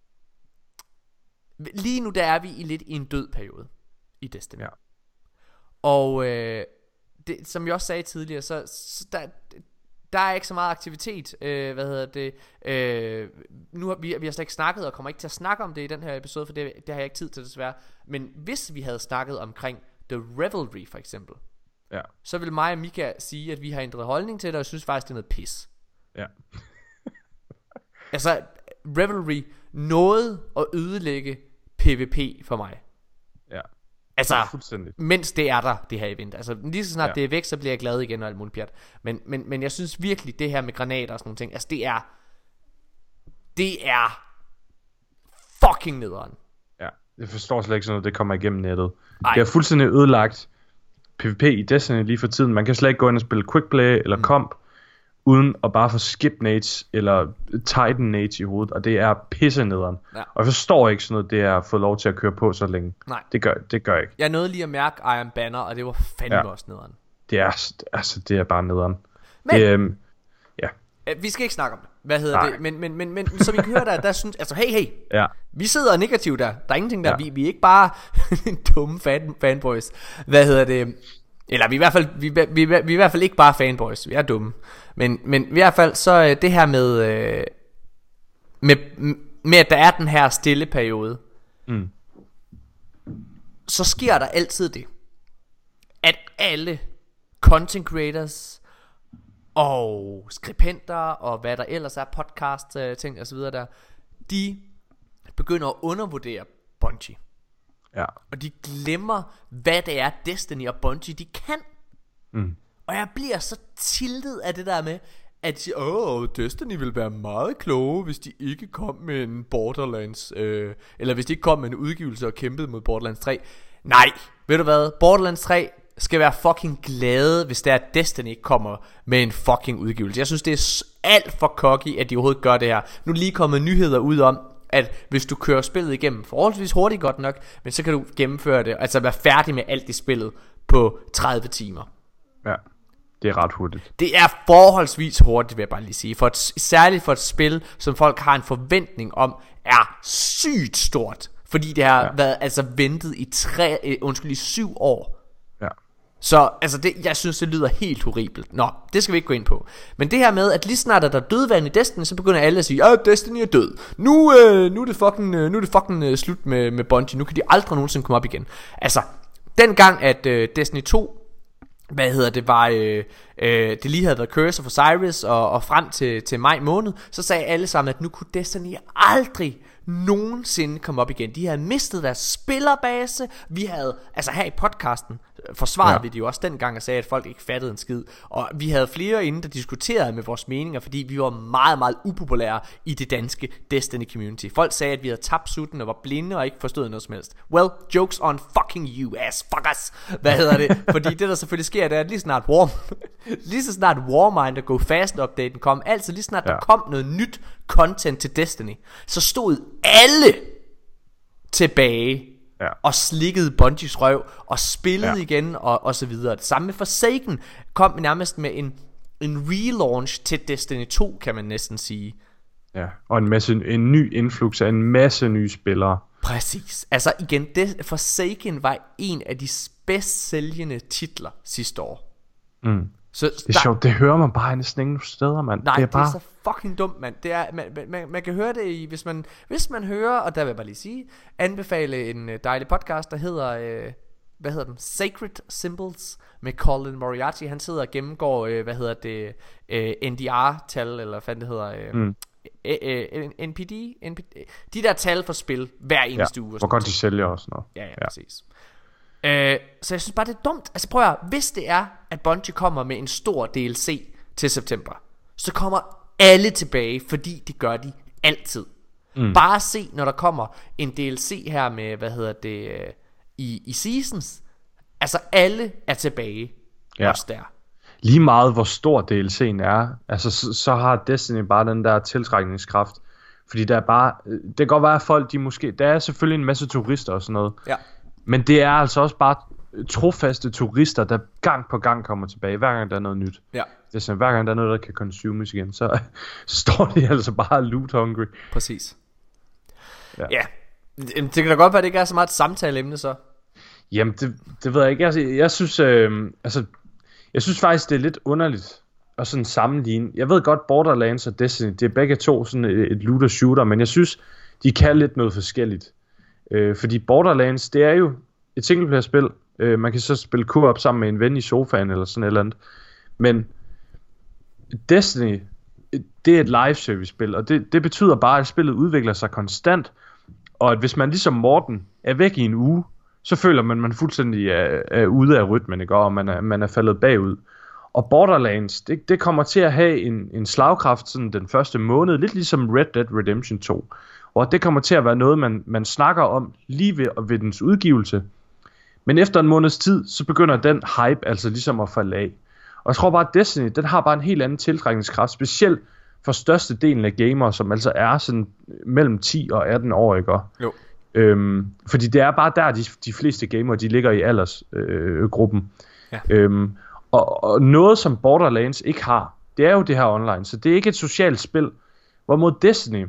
lige nu der er vi i lidt i en død periode i Destiny. Ja. Og øh, det, som jeg også sagde tidligere, så, så der, der er ikke så meget aktivitet. øh, Hvad hedder det øh, Nu har vi, vi har slet ikke snakket, og kommer ikke til at snakke om det i den her episode, for det, det har jeg ikke tid til desværre. Men hvis vi havde snakket omkring The Revelry for eksempel, ja. så vil mig og Mika sige at vi har ændret holdning til det, og jeg synes faktisk det er noget pis. Ja. Altså Revelry nåede at ødelægge PvP for mig. Ja. Altså, mens det er der, det her event. Altså, lige så snart ja. det er væk, så bliver jeg glad igen og alt muligt pjat. Men, men, men jeg synes virkelig, det her med granater og sådan nogle ting, altså det er, det er fucking nederen. Ja, jeg forstår slet ikke sådan noget, det kommer igennem nettet. Ej. Det er fuldstændig ødelagt PvP i Destiny lige for tiden. Man kan slet ikke gå ind og spille quickplay eller mm. comp, uden at bare få skip nades eller titan nades i hovedet. Og det er pisse nederen. Ja. Og jeg forstår ikke sådan noget, det er fået lov til at køre på så længe. Nej. Det gør, det gør jeg ikke. Jeg nåede lige at mærke Iron Banner, og det var fandme ja. også nederen. Det er, altså, det er bare nederen. Men, det, øhm, ja. vi skal ikke snakke om det. Hvad hedder Nej. det? Men, men, men, men som I kan høre der, der synes, altså hey hey, ja. vi sidder negativt der. Der er ingenting der. Ja. Vi, vi er ikke bare dumme fan, fanboys. Hvad hedder det? Eller vi er i hvert fald vi, vi, vi, vi er i hvert fald ikke bare fanboys. Vi er dumme. Men men i hvert fald så det her med øh, med med at der er den her stille periode. Mm. Så sker der altid det, at alle content creators og skribenter og hvad der ellers er, podcast øh, ting og så videre der, de begynder at undervurdere Bungie. Ja. Og de glemmer hvad det er Destiny og Bungie de kan. Mm. Og jeg bliver så tiltet af det der med at sige, åh, Destiny ville være meget kloge, hvis de ikke kom med en Borderlands, øh, eller hvis de ikke kom med en udgivelse og kæmpede mod Borderlands tre. Nej, ved du hvad, Borderlands tre skal være fucking glade, hvis det er, at Destiny ikke kommer med en fucking udgivelse. Jeg synes, det er alt for cocky, at de overhovedet gør det her. Nu er lige kommet nyheder ud om, at hvis du kører spillet igennem forholdsvis hurtigt godt nok, men så kan du gennemføre det, altså være færdig med alt i spillet på tredive timer. Ja, det er ret hurtigt. Det er forholdsvis hurtigt, vil jeg bare lige sige. For et, særligt for et spil, som folk har en forventning om, er sygt stort. Fordi det har ja. været altså ventet i tre, øh, undskyld, i syv år. Ja. Så altså det, jeg synes det lyder helt horribelt. Nå, det skal vi ikke gå ind på. Men det her med at lige snart er der dødvand i Destiny, så begynder alle at sige, at Destiny er død. Nu, øh, nu er det fucking, øh, nu er det fucking øh, slut med, med Bungie. Nu kan de aldrig nogensinde komme op igen. Altså, dengang at øh, Destiny to, hvad hedder det, var øh, øh, det lige havde været Curse of Osiris og, og frem til, til maj måned, så sagde alle sammen, at nu kunne Destiny aldrig nogensinde komme op igen. De havde mistet deres spillerbase. Vi havde, altså her i podcasten forsvarede ja. vi det jo også dengang og sagde, at folk ikke fattede en skid. Og vi havde flere inde, der diskuterede med vores meninger, fordi vi var meget, meget upopulære i det danske Destiny community. Folk sagde, at vi havde tabt sutten og var blinde og ikke forstod noget som helst. Well, jokes on fucking you ass fuckers. Hvad hedder det? Fordi det der selvfølgelig sker, det er, at lige snart War lige så snart Warmind og Go Fast updaten kom, altså lige snart ja. der kom noget nyt content til Destiny, så stod alle tilbage ja. og slikkede Bungies røv og spillede ja. igen og, og så videre. Det samme med Forsaken kom nærmest med en, en relaunch til Destiny to, kan man næsten sige. Ja, og en masse en ny influx af en masse nye spillere. Præcis. Altså igen, det, Forsaken var en af de bedst sælgende titler sidste år. Mm. Så det er der, sjovt, det hører man bare næsten ingen steder, mand. Nej, det er, bare... det er så fucking dumt, mand. Det er, man, man, man kan høre det i, hvis man, hvis man hører, og der vil jeg bare lige sige, anbefale en dejlig podcast, der hedder, øh, hvad hedder den? Sacred Symbols med Colin Moriarty. Han sidder og gennemgår, øh, hvad hedder det, øh, N D R-tal, eller hvad fanden det hedder, øh, mm. øh, øh, N P D, N P D, de der tal for spil hver eneste ja, uge. Hvor godt de sælger også noget. Ja, ja, ja. Præcis. Øh, så jeg synes bare det er dumt. Altså prøv at høre, hvis det er at Bungie kommer med en stor D L C til september, så kommer alle tilbage, fordi det gør de altid. mm. Bare se når der kommer en D L C her med, hvad hedder det, i, i Seasons. Altså alle er tilbage. Ja. Også der. Lige meget hvor stor D L C'en er, altså så, så har Destiny bare den der tiltrækningskraft. Fordi der er bare, det kan godt være at folk de måske, der er selvfølgelig en masse turister og sådan noget, ja. Men det er altså også bare trofaste turister, der gang på gang kommer tilbage, hver gang der er noget nyt. Ja. Det er sådan, hver gang der er noget, der kan consumes igen, så, så står de altså bare loot hungry. Præcis. Ja. Ja. Det kan da godt være, at det ikke er så meget et samtaleemne så. Jamen, det, det ved jeg ikke. Jeg, jeg synes, øh, altså, jeg synes faktisk, det er lidt underligt at sådan sammenligne. Jeg ved godt, Borderlands og Destiny, det er begge to sådan et, et looter shooter, men jeg synes, de kan lidt noget forskelligt. Øh, fordi Borderlands, det er jo et singleplayer-spil. øh, Man kan så spille co-op sammen med en ven i sofaen eller sådan et eller andet. Men Destiny, det er et live-service-spil, og det, det betyder bare, at spillet udvikler sig konstant. Og at hvis man ligesom Morten er væk i en uge, så føler man, at man fuldstændig er, er ude af rytmen, ikke? Og man er, man er faldet bagud. Og Borderlands, det, det kommer til at have en, en slagkraft sådan den første måned, lidt ligesom Red Dead Redemption to. Og det kommer til at være noget, man, man snakker om lige ved, ved dens udgivelse. Men efter en måneds tid, så begynder den hype altså ligesom at falde af. Og jeg tror bare, at Destiny, den har bare en helt anden tiltrækningskraft, specielt for størstedelen af gamere, som altså er sådan mellem ti og atten år, ikke? Jo. Øhm, fordi det er bare der, de, de fleste gamere, de ligger i aldersgruppen. Øh, ja. øhm, og, og noget, som Borderlands ikke har, det er jo det her online. Så det er ikke et socialt spil. Hvorimod Destiny,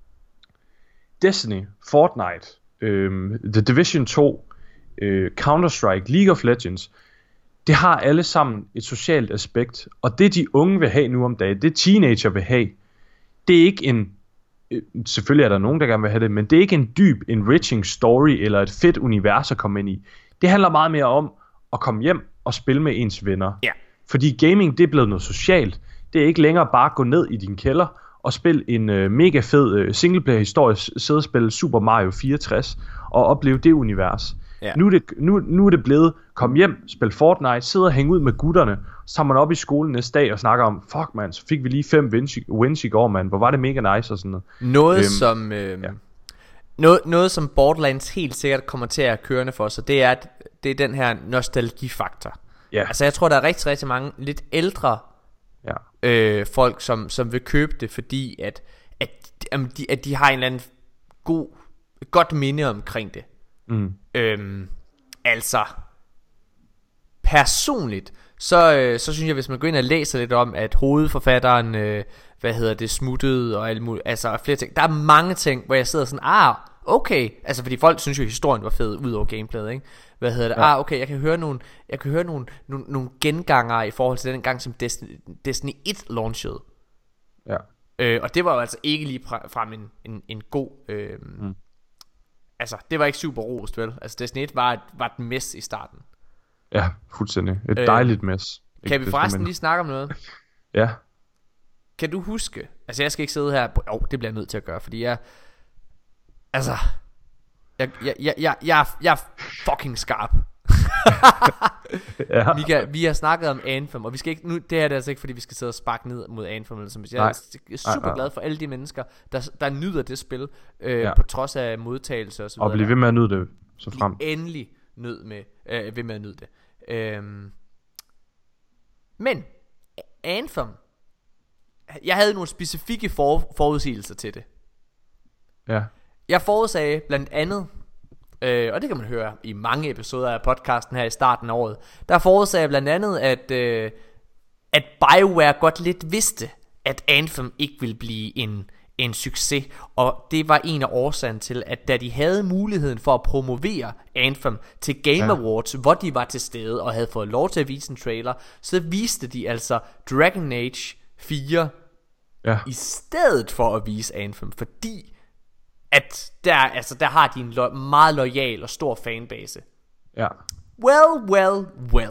Destiny, Fortnite, øhm, The Division to, øh, Counter-Strike, League of Legends, det har alle sammen et socialt aspekt. Og det de unge vil have nu om dagen, det teenager vil have, det er ikke en, øh, selvfølgelig er der nogen der gerne vil have det, men det er ikke en dyb enriching story eller et fedt univers at komme ind i. Det handler meget mere om at komme hjem og spille med ens venner. Ja. Fordi gaming, det er blevet noget socialt. Det er ikke længere bare at gå ned i din kælder og spille en øh, mega fed øh, singleplayer historie, sidde og spille Super Mario fireogtres og opleve det univers. Ja. Nu, er det, nu, nu er det blevet, kom hjem, spil Fortnite, sidde og hænge ud med gutterne, så tager man op i skolen næste dag og snakker om, fuck man, så fik vi lige fem wins i, wins i går, man, hvor var det mega nice og sådan noget. Noget øhm, som øh, ja. noget, noget som Borderlands helt sikkert kommer til at kørende for sig, det er, at det er den her nostalgifaktor. Ja. Altså jeg tror der er rigtig rigtig mange lidt ældre ja. øh, folk som, som vil købe det, fordi at, at, at, de, at de har en eller anden god, godt minde omkring det. Mm. øhm, Altså personligt så, øh, så synes jeg, hvis man går ind og læser lidt om, at hovedforfatteren øh, hvad hedder det, smuttede og alt muligt, altså flere ting, der er mange ting, hvor jeg sidder sådan, ah, okay, altså fordi folk synes jo, at historien var fed ud over gameplayet, ikke? Hvad hedder det? Ja. Ah, okay, jeg kan høre nogle, jeg kan høre nogle, nogle, nogle genganger i forhold til den gang, som Destiny, Destiny et launchede. Ja. Øh, og det var jo altså ikke lige frem en, en, en god øh, mm. Altså det var ikke super rost, vel? Altså Destiny et var et, var et mess i starten. Ja, fuldstændig. Et øh, dejligt mess. Kan vi forresten lige snakke om noget? Ja. Kan du huske, altså jeg skal ikke sidde her, jo det bliver jeg nødt til at gøre, fordi jeg, altså Jeg, jeg, jeg, jeg, jeg, jeg er fucking skarp. Ja. Mika, vi har snakket om Anthem, og vi skal ikke nu, det her er det altså ikke fordi vi skal sidde og sparke ned mod Anthem eller som, jeg er super nej, nej. glad for alle de mennesker der, der nyder det spil øh, ja. På trods af modtagelse og så videre. Og blive ved med at nyde det så frem. Bliv endelig nød med, øh, ved med at nyde det. øhm. Men Anthem, jeg havde nogle specifikke for, forudsigelser til det. Ja. Jeg forudsagde blandt andet, øh, og det kan man høre i mange episoder af podcasten her i starten af året, der forudsagde jeg blandt andet, at, øh, at BioWare godt lidt vidste, at Anthem ikke ville blive en, en succes. Og det var en af årsagerne til, at da de havde muligheden for at promovere Anthem til Game ja. Awards, hvor de var til stede og havde fået lov til at vise en trailer, så viste de altså Dragon Age fire ja. i stedet for at vise Anthem, fordi at der, altså, der har de en lo- meget loyal og stor fanbase. Ja. Well, well, well.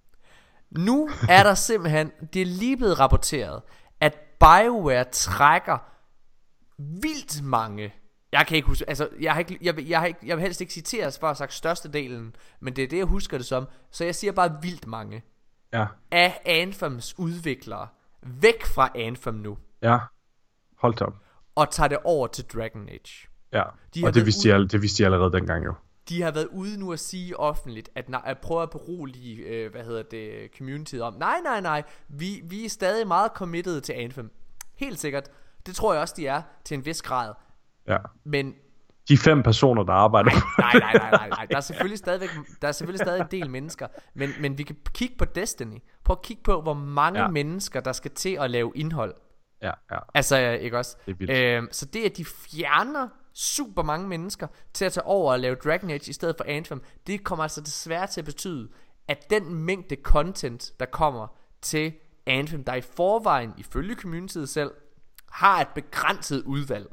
Nu er der simpelthen, det er lige blevet rapporteret, at BioWare trækker vildt mange. Jeg kan ikke huske, altså jeg har ikke, jeg, vil, jeg har ikke, jeg vil helst ikke citere for at have sagt størstedelen, men det er det jeg husker det som. Så jeg siger bare vildt mange. Ja. Af Anthems udviklere væk fra Anthem nu. Ja. Hold op. Og tager det over til Dragon Age. Ja. De og det vidste, de, det vidste de allerede dengang jo. De har været ude nu at sige offentligt, at, nej, at prøve at berolige, øh, hvad hedder det, communityet om, nej, nej, nej, vi, vi er stadig meget committed til Anthem. Helt sikkert. Det tror jeg også, de er til en vis grad. Ja. Men de fem personer, der arbejder nej, nej, nej, nej, nej, nej. Der er selvfølgelig stadigvæk, der er selvfølgelig stadig en del mennesker, men, men vi kan kigge på Destiny. Prøv at kigge på, hvor mange ja. mennesker, der skal til at lave indhold. Ja, ja. Altså, ikke også? Det øhm, så det, at de fjerner super mange mennesker til at tage over og lave Dragon Age i stedet for Anthem, det kommer altså desværre til at betyde, at den mængde content, der kommer til Anthem, der i forvejen, ifølge communityet selv, har et begrænset udvalg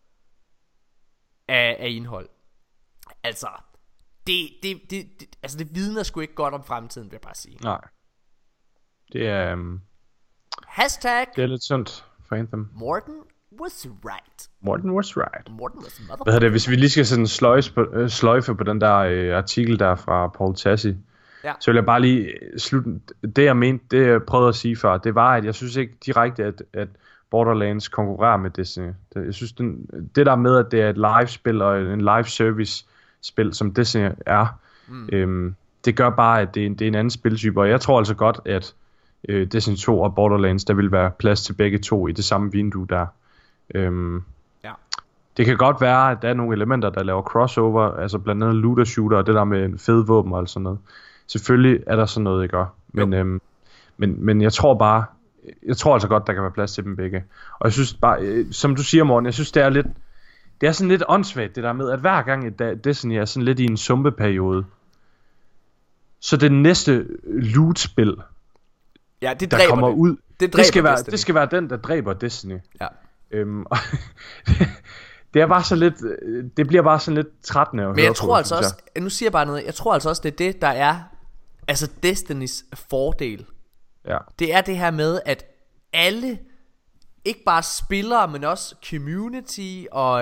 af, af indhold. Altså, det, det, det, det, altså det vidner sgu ikke godt om fremtiden, vil jeg bare sige. Nej. Det er um, Hashtag det er lidt sundt for Anthem. Morten was right. Morten was right. Morten was mother. Hvad hedder det, hvis vi lige skal sådan sløjfe på, øh, sløjfe på den der øh, artikel der fra Paul Tassi, ja. Så vil jeg bare lige slutte. Det jeg mente, det jeg prøvede at sige før, det var, at jeg synes ikke direkte, at, at Borderlands konkurrerer med Destiny. Det, jeg synes, den, det der med, at det er et live-spil og en live-service-spil, som Destiny er, mm. øhm, det gør bare, at det er, det er en anden spiltype. Og jeg tror altså godt, at øh, Destiny to og Borderlands, der vil være plads til begge to i det samme vindue der. Øhm, ja. Det kan godt være, at der er nogle elementer, der laver crossover, altså blandt andet looter shooter og det der med fede våben og sådan noget. Selvfølgelig er der sådan noget, ikke? Men, øhm, men, men jeg tror bare, jeg tror altså godt, der kan være plads til dem begge. Og jeg synes bare, øh, som du siger, Morten, jeg synes, det er lidt, det er sådan lidt åndssvagt, det der med, at hver gang et Destiny er sådan lidt i en sumpeperiode, så det næste loot-spil, ja, det der kommer det. ud, det, det, skal være, det skal være den, der dræber Destiny. Ja. Øhm, det er bare så lidt, det bliver bare sådan lidt trættende at Men høre jeg tror på, altså også, jeg. nu siger jeg bare noget, jeg tror altså også, det er det, der er, altså Destinys fordel. Ja. Det er det her med, at alle, ikke bare spillere, men også community og øhm,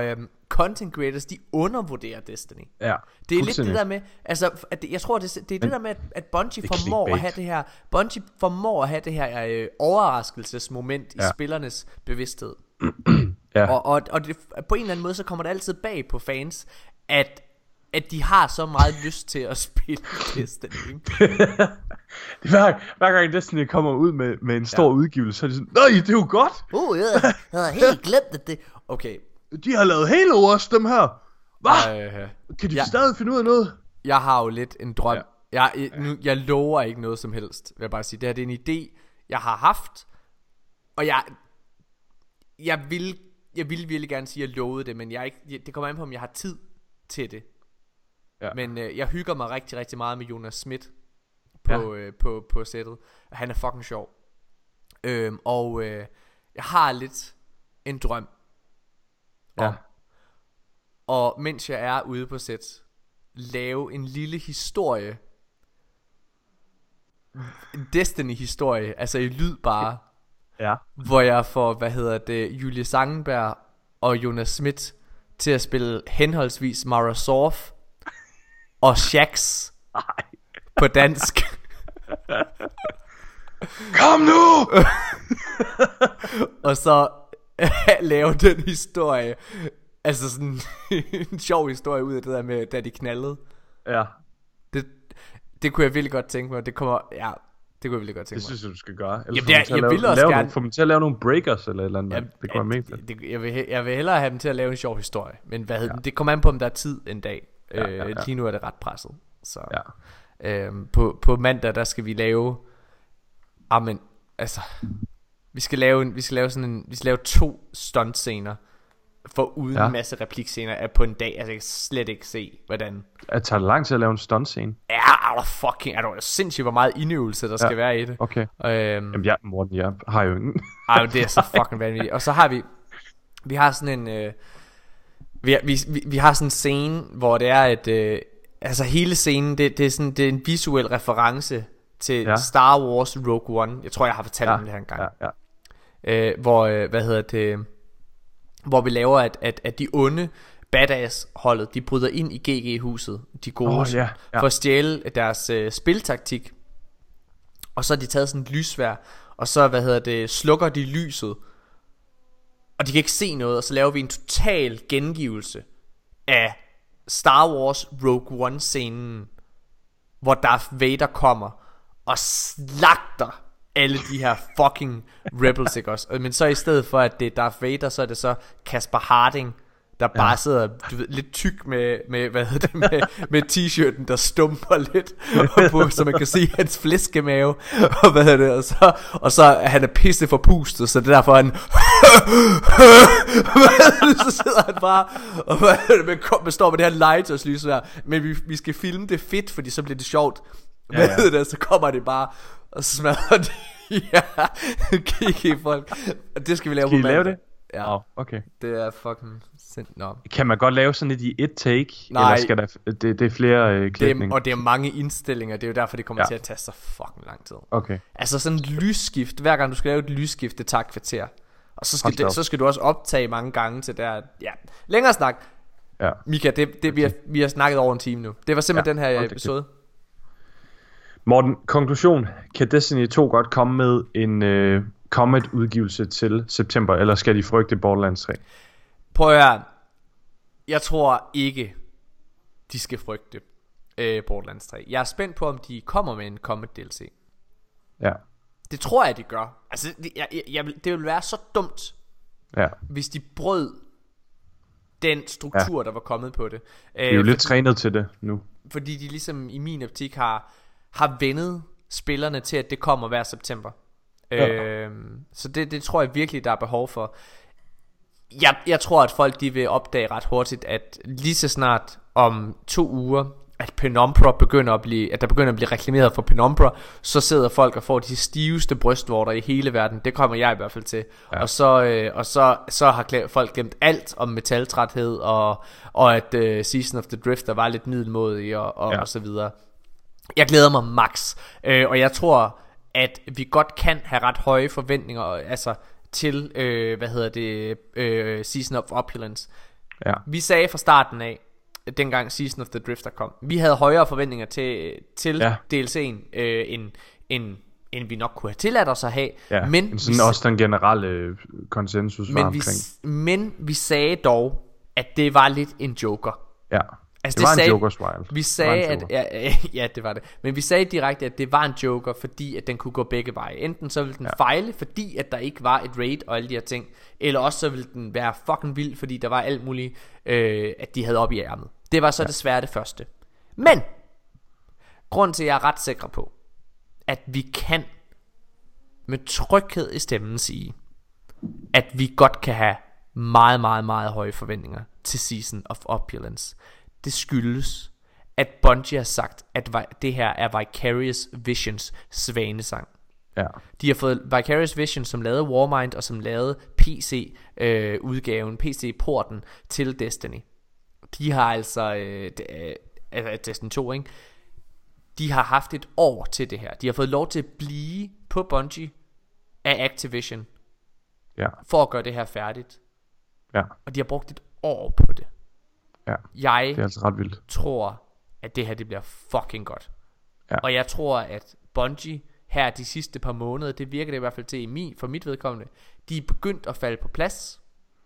content creators, de undervurderer Destiny. Ja, det er lidt det der med, altså, at det, jeg tror, det, det er det der med, at, at Bungie formår at have det her, Bungie formår at have det her øh, overraskelsesmoment i ja. spillernes bevidsthed. ja. Og, og, og det, på en eller anden måde, så kommer det altid bag på fans, at at de har så meget lyst til at spille Destiny. hver, hver gang Destiny kommer ud med, med en stor ja. udgivelse, så er de sådan, nej, det er jo godt. Uh, jeg, jeg har helt glemt at det. Okay. De har lavet Halo også, dem her. Hvad? Øh, kan de ja. stadig finde ud af noget? Jeg har jo lidt en drøm. Ja. Jeg, nu, jeg lover ikke noget som helst, vil jeg bare sige. Det her det er en idé, jeg har haft. Og jeg Jeg vil Jeg vil virkelig gerne sige, at jeg lovede det, men jeg ikke, det kommer an på, om jeg har tid til det. Ja. Men øh, jeg hygger mig rigtig, rigtig meget med Jonas Schmidt på, ja. øh, på, på sættet. Han er fucking sjov. øhm, Og øh, jeg har lidt en drøm ja. om, og mens jeg er ude på sæt, lave en lille historie, en Destiny-historie, altså i lyd bare, ja. hvor jeg får, hvad hedder det, Julie Sangenberg og Jonas Schmidt til at spille henholdsvis Mara Sorf og Shax på dansk. Kom nu! Og så lave den historie, altså sådan en sjov historie ud af det der med, da de knaldede. Ja. Det, det kunne jeg virkelig godt tænke mig. Det kommer, ja, det kunne jeg virkelig godt tænke mig. Det synes jeg, du skal gøre. Ellers Jamen, jeg, jeg, jeg vil også gerne få dem til at lave nogle breakers eller et eller andet. Ja, det kunne ja, jeg, det, jeg, vil, jeg vil hellere have dem til at lave en sjov historie. Men hvad hedder ja. det kommer an på, om der er tid en dag. Ja, ja, ja. Øh, lige nu er det ret presset. Så ja. øhm, på, på mandag der skal vi lave Amen, altså Vi skal lave en, vi skal lave sådan en, vi skal lave to stunt scener for uden ja. en masse replikscener på en dag. Altså jeg kan slet ikke se hvordan. Det tager det lang tid at lave en stunt scene? Ja, er du fucking, er du sindssygt hvor meget indøvelse der ja. skal være i det. Okay. øhm, Jamen ja, Morten, jeg har jo en. Ej, det er så fucking vanvittigt. Og så har vi Vi har sådan en øh, vi, har, vi, vi, vi har sådan en scene hvor det er et øh, altså hele scenen det, det er sådan, det er en visuel reference til ja. Star Wars Rogue One. Jeg tror jeg har fortalt ja. om det her engang. Ja, ja. Øh, hvor øh, hvad hedder det, hvor vi laver at, at, at de onde badass holdet, de bryder ind i G G-huset, de gode, oh, yeah, yeah. for at stjæle deres øh, spiltaktik. Og så har de taget sådan et lysvær, og så hvad hedder det, slukker de lyset, og de kan ikke se noget. Og så laver vi en total gengivelse af Star Wars Rogue One scenen, hvor Darth Vader kommer og slagter alle de her fucking rebels, ikke også? Men så i stedet for at det er Darth Vader, så er det så Kasper Harding, der bare ja. sidder, du ved, lidt tyk med, med hvad hedder det, med, med t-shirten, der stumper lidt på, så man kan se hans flæskemave, og hvad hedder det, og så, og så han er pisse forpustet, så det er derfor han så sidder han bare og hvad hedder det, med, med står med det her legetøjslys her, men vi, vi skal filme det fedt, fordi så bliver det sjovt. Ja, ja. Hvad hedder det, så kommer det bare og smadrer de ja, kigge folk. Og det skal vi lave skal på I lave det? Ja, oh, okay. Det er fucking sindssygt. No. Kan man godt lave sådan et i et take? Nej. Eller skal der, det, det er flere øh, klipninger? Og det er mange indstillinger. Det er jo derfor det kommer ja. til at tage så fucking lang tid. Okay. Altså sådan et lysskift. Hver gang du skal lave et lysskift, det tager et kvarter. Og så skal, det, så skal du også optage mange gange til der. Ja, længere snak. Ja. Mika, det, det, okay. vi, har, vi har snakket over en time nu. Det var simpelthen ja. den her okay. episode. Morten, konklusion. Kan Destiny to godt komme med en øh, Comet udgivelse til september, eller skal de frygte Borderlands tre? Prøv at høre. Jeg tror ikke de skal frygte øh, Borderlands tre. Jeg er spændt på om de kommer med en Comet D L C. Ja. Det tror jeg de gør. Altså det, jeg, jeg, det vil være så dumt ja. hvis de brød den struktur ja. der var kommet på det. De er jo øh, lidt fordi, trænet til det nu. Fordi de ligesom i min optik har har vendet spillerne til at det kommer hver september. Ja. øh, Så det, det tror jeg virkelig der er behov for. Jeg, jeg tror at folk de vil opdage ret hurtigt, at lige så snart om to uger at Penumbra begynder at blive, at der begynder at blive reklameret for Penumbra, så sidder folk og får de stiveste brystvorter i hele verden. Det kommer jeg i hvert fald til. Ja. Og så øh, og så så har folk glemt alt om metaltræthed og og at øh, Season of the Drifter var lidt middelmådig og og, ja. og så videre. Jeg glæder mig max, øh, og jeg tror at vi godt kan have ret høje forventninger, altså til øh, hvad hedder det, øh, Season of Opulence. Ja. Vi sagde fra starten af, dengang Season of the Drifter kom, vi havde højere forventninger til, til ja. D L C'en øh, end, end, end vi nok kunne have tilladt os at have. Ja, men sådan vi, også den generelle konsensus men var vi, omkring. men vi sagde dog, at det var lidt en joker. Ja, altså, det, det var sagde, en Joker's Wild. Vi sagde, at ja, ja, det var det. Men vi sagde direkte, at det var en joker, fordi at den kunne gå begge veje. Enten så ville den ja. fejle, fordi at der ikke var et raid og alle de her ting, eller også så ville den være fucking vild, fordi der var alt muligt, øh, at de havde op i ærmet. Det var så ja. desværre det første. Men grund til, at jeg er ret sikker på, at vi kan med tryghed i stemmen sige, at vi godt kan have meget, meget, meget høje forventninger til Season of Opulence. Det skyldes, at Bungie har sagt, at det her er Vicarious Visions svanesang. Ja. De har fået Vicarious Visions, som lavede Warmind, og som lavede P C øh, udgaven, P C porten til Destiny. De har altså øh, øh, Destiny to, ikke? De har haft et år til det her. De har fået lov til at blive på Bungie af Activision, ja. for at gøre det her færdigt. Ja. Og de har brugt et år på det. Ja. Jeg det er altså ret vildt. tror, at det her det bliver fucking godt. Ja. Og jeg tror, at Bungie her de sidste par måneder, det virker det i hvert fald til i min, for mit vedkommende, de er begyndt at falde på plads.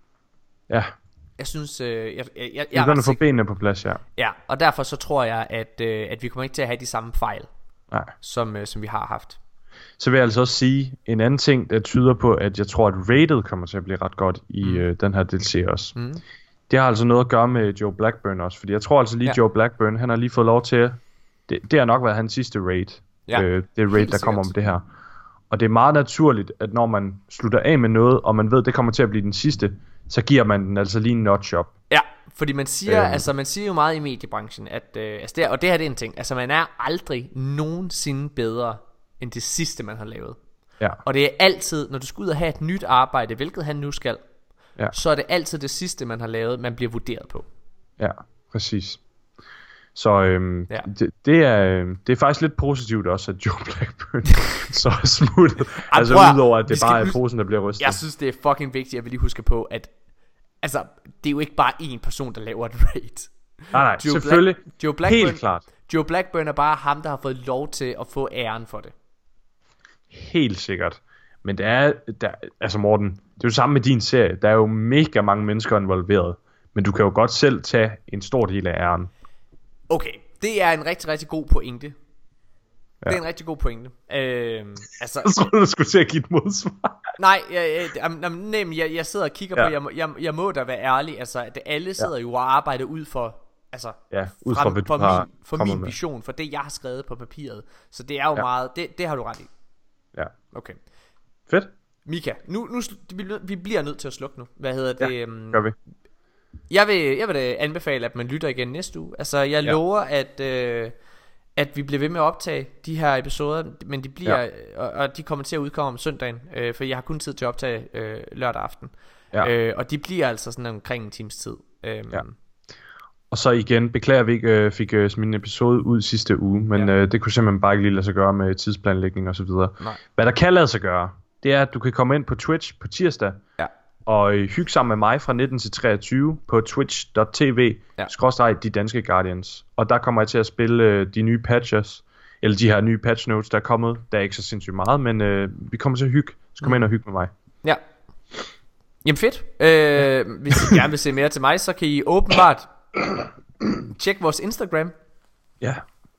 Ja. Jeg synes, øh, jeg, jeg, jeg, jeg er begyndt at få benene på plads, ja. Ja, og derfor så tror jeg, at, øh, at vi kommer ikke til at have de samme fejl, Nej. Som, øh, som vi har haft. Så vil jeg altså også sige en anden ting, der tyder på, at jeg tror, at rated kommer til at blive ret godt i mm. øh, den her D L C også. Mm. Det har altså noget at gøre med Joe Blackburn også, fordi jeg tror altså lige, ja. Joe Blackburn, han har lige fået lov til, det, det har nok været hans sidste raid, ja. øh, det raid, der kommer om det her. Og det er meget naturligt, at når man slutter af med noget, og man ved, det kommer til at blive den sidste, så giver man den altså lige en notch op. Ja, fordi man siger, øhm. altså man siger jo meget i mediebranchen, at, øh, altså det er, og det her det er en ting, altså man er aldrig nogensinde bedre, end det sidste man har lavet. Ja. Og det er altid, når du skal ud og have et nyt arbejde, hvilket han nu skal, ja. så er det altid det sidste man har lavet, man bliver vurderet på. Ja, præcis. Så øhm, ja. det, det, er, det er faktisk lidt positivt også, at Joe Blackburn så er smuttet. Altså udover at det bare er posen, der bliver rystet. Jeg synes det er fucking vigtigt, at vi lige husker på, at altså, det er jo ikke bare én person, der laver et raid. Nej, nej, Joe selvfølgelig. Black, Joe Blackburn, helt klart. Joe Blackburn er bare ham, der har fået lov til at få æren for det. Helt sikkert. Men det er, der, altså Morten, det er jo samme med din serie. Der er jo mega mange mennesker involveret. Men du kan jo godt selv tage en stor del af æren. Okay, det er en rigtig, rigtig god pointe. Ja. Det er en rigtig god pointe. Øhm, altså, jeg troede, du skulle til at give et modsvar. Nej, jeg, jeg, jeg, jeg, jeg sidder og kigger ja. på, jeg, jeg, jeg må da være ærlig. Altså, at alle sidder ja. jo og arbejder ud for, altså, ja, ud fra, frem, for min, for min vision, for det jeg har skrevet på papiret. Så det er jo ja. meget, det, det har du ret i. Ja. Okay. Fedt. Mika, nu, nu vi bliver nødt til at slukke nu. Hvad hedder det? Ja, gør vi. Jeg vil, jeg vil da anbefale, at man lytter igen næste uge. Altså, jeg ja. lover, at, øh, at vi bliver ved med at optage de her episoder, men de bliver, ja. og, og de kommer til at udkomme om søndagen, øh, for jeg har kun tid til at optage øh, lørdag aften. Ja. Øh, og de bliver altså sådan omkring en times tid. Øh, ja. Og så igen, beklager vi ikke øh, fik øh, min episode ud sidste uge, men ja. øh, det kunne simpelthen bare ikke lige lade sig gøre med tidsplanlægning og så videre. Nej. Hvad der kan lade sig gøre, det er, at du kan komme ind på Twitch på tirsdag, ja. og øh, hygge sammen med mig fra nitten til treogtyve på twitch punktum tv ja. skråstreg de danske Guardians. Og der kommer jeg til at spille øh, de nye patches, eller de her nye patch notes, der er kommet. Der er ikke så sindssygt meget, men øh, vi kommer til at hygge. Så kom mm. ind og hygge med mig. Ja. Jamen fedt. øh, Hvis I gerne vil se mere til mig, så kan I åbenbart tjek vores Instagram. Ja.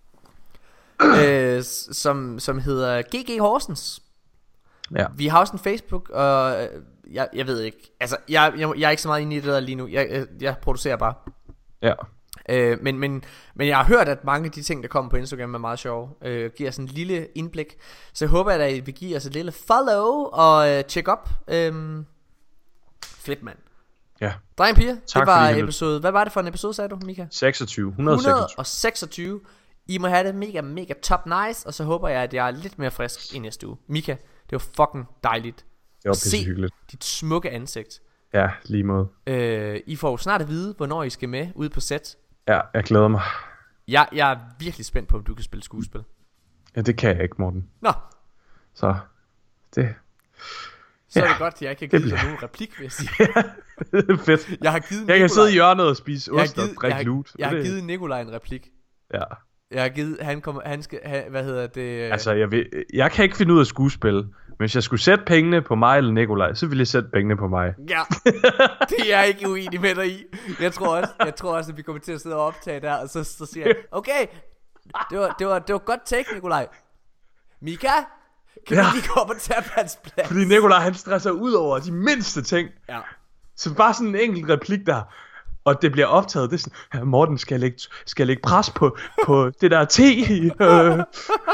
øh, som, som hedder G G Horsens. Ja. Vi har også en Facebook, og jeg, jeg ved ikke. Altså, jeg, jeg, jeg er ikke så meget inde i det der lige nu. Jeg, jeg, jeg producerer bare. Ja. øh, men, men, men jeg har hørt, at mange af de ting, der kommer på Instagram, er meget sjove. øh, Giver sådan en lille indblik. Så jeg håber, at I vil give os et lille follow og uh, check op. øh, Fedt, mand. Ja. Dreng piger, det var episode. Hvad var det for en episode, sagde du, Mika? seksogtyve. et hundrede og seksogtyve. I må have det mega, mega top nice. Og så håber jeg, at jeg er lidt mere frisk i næste uge. Mika, det var fucking dejligt. Det var pisse hyggeligt. Dit smukke ansigt. Ja, lige måde. øh, I får snart at vide, hvornår I skal med ude på set. Ja, jeg glæder mig. jeg, jeg er virkelig spændt på, om du kan spille skuespil. Ja, det kan jeg ikke, Morten. Nå. Så det Så Ja, er det godt, at jeg ikke har det givet dig bliver- nogen replik, vil jeg sige. Fedt. Jeg har givet Jeg kan Nikolaj- sidde i hjørnet og spise jeg har ost og givet, jeg drikke har, lut. jeg har Det- givet Nikolaj en replik. Ja. Jeg har givet, han kommer, han skal, han, hvad hedder det? Altså, jeg, vil, jeg kan ikke finde ud af skuespil. Men hvis jeg skulle sætte pengene på mig eller Nikolaj, så ville jeg sætte pengene på mig. Ja, det er jeg ikke uenig med dig i. Jeg tror også, jeg tror også at vi kommer til at sidde og optage der, og så, så siger jeg, okay, det var, det var, det var godt take, Nikolaj. Mika, kan Ja. du lige komme og tage hans plads? Fordi Nikolaj, han stresser ud over de mindste ting. Ja. Så bare sådan en enkelt replik der. Og det bliver optaget. Det er sådan, ja, Morten, skal jeg lægge, skal jeg lægge pres på, på det der te? Øh.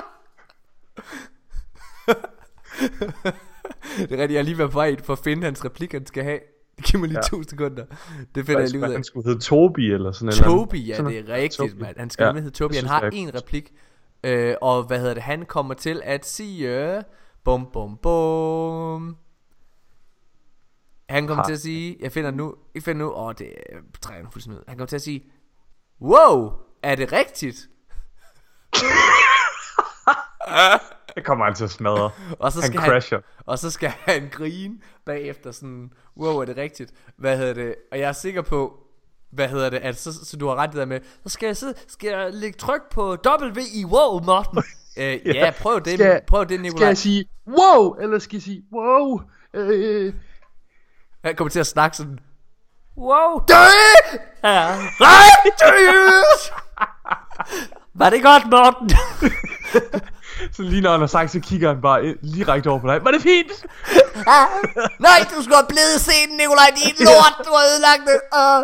Det er rigtigt, jeg har lige været på vej for at finde hans replik, han skal have. Giv mig lige Ja. to sekunder. Det finder jeg lige ud af. Han skulle hedde Tobi eller sådan noget. Tobi, ja, Sådan det er noget. rigtigt, Tobi. mand. Han skal Ja, ja, hedde Tobi. det Han synes har jeg er en replik. Øh, og hvad hedder det? Han kommer til at sige bum bum bum. Han kommer Ha. til at sige, jeg finder nu, jeg finder nu, åh, det trænger nu fuldstændig ud. Han kommer til at sige, wow, er det rigtigt? Det kommer han til at smadre. Og så Han skal crasher. han, og så skal han grine bagefter sådan, wow, er det rigtigt? Hvad hedder det? Og jeg er sikker på, hvad hedder det, at så, så du har ret det der med, så skal jeg, så skal jeg lægge tryk på W i wow, Morten. øh, ja, ja, prøv det, Skal- prøv det, Nikolaj. Skal jeg sige wow, eller skal jeg sige wow? Øh, Han kommer til at snakke sådan, wow, det er rigtigt! Var det godt, Morten? så lige når han har sagt, så kigger han bare ind, lige direkte over på dig. Var det fint? Nej, du skulle have blevet scenen, Nikolaj. Din lort, du har ødelagt det.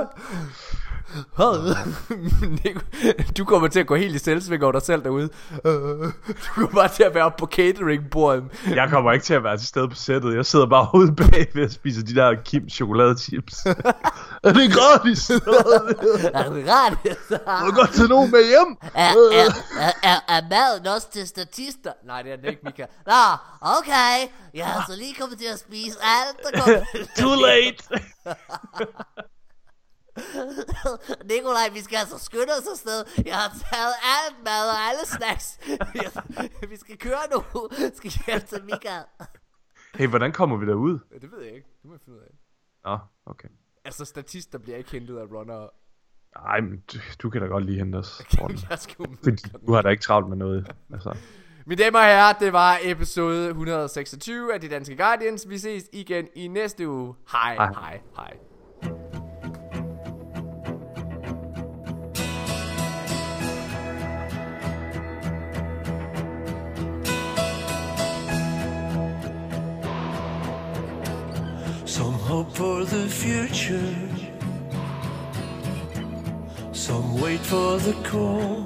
Uh. Du kommer til at gå helt i selvsving over dig selv derude. Uh. Du kommer bare til at være oppe på cateringbordet. Jeg kommer ikke til at være til stede på sættet. Jeg sidder bare ude bag ved at spise de der Kim chokoladechips. Er det gratis? Er det rart? Må jeg godt tage nogen med hjem? Er, er, er, er, er maden også til statister? Nej, det er den ikke, Mika. Nå, okay. Jeg har så lige kommet til at spise alt, der kommer. Too late. Nikolaj, vi skal altså skynde os afsted. Jeg har taget alt mad og alle snacks. Vi skal køre nu. Skal hjem til Mika. Hey, hvordan kommer vi derud? Det ved jeg ikke. Det må jeg finde ud af. Nå, okay. Altså, statister bliver ikke hentet af runner. Ej, men du, du kan da godt lige hente os. Morten. Jeg skal jo- Fordi du har da ikke travlt med noget. Altså. Mine damer og herrer, det var episode et hundrede og seksogtyve af De Danske Guardians. Vi ses igen i næste uge. Hej, Hej. hej, hej. Some hope for the future, some wait for the call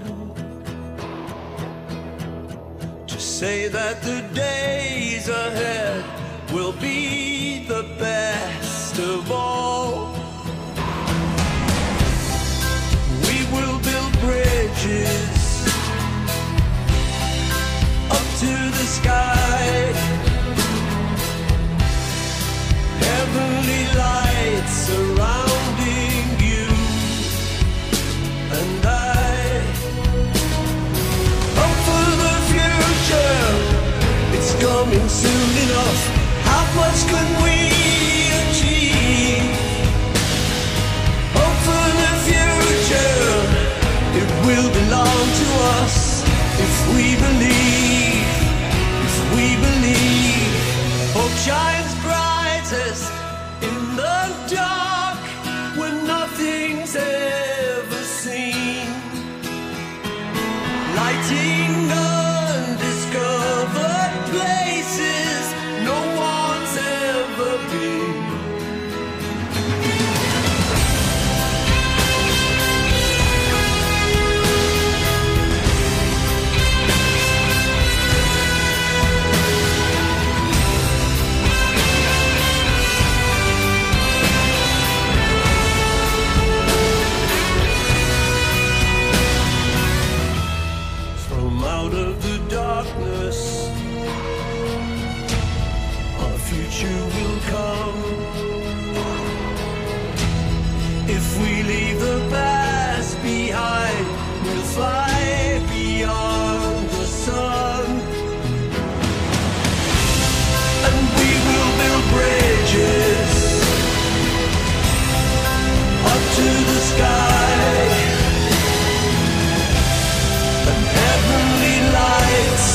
to say that the days ahead will be the best of all. We will build bridges up to the sky, heavenly lights surrounding you and I. Hope for the future, it's coming soon enough. How much can we achieve? Hope for the future, it will belong to us if we believe, if we believe. Hope shines brightest in the dark when nothing's ever seen, lighting undiscovered places no one's ever been. From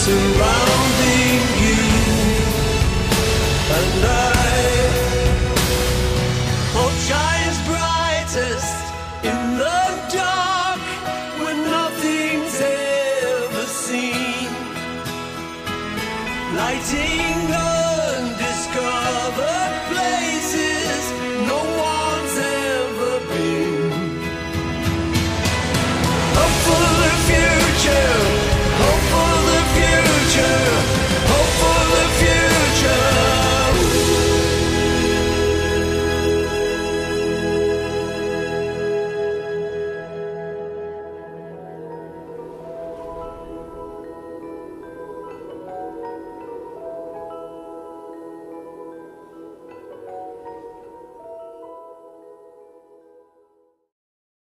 surround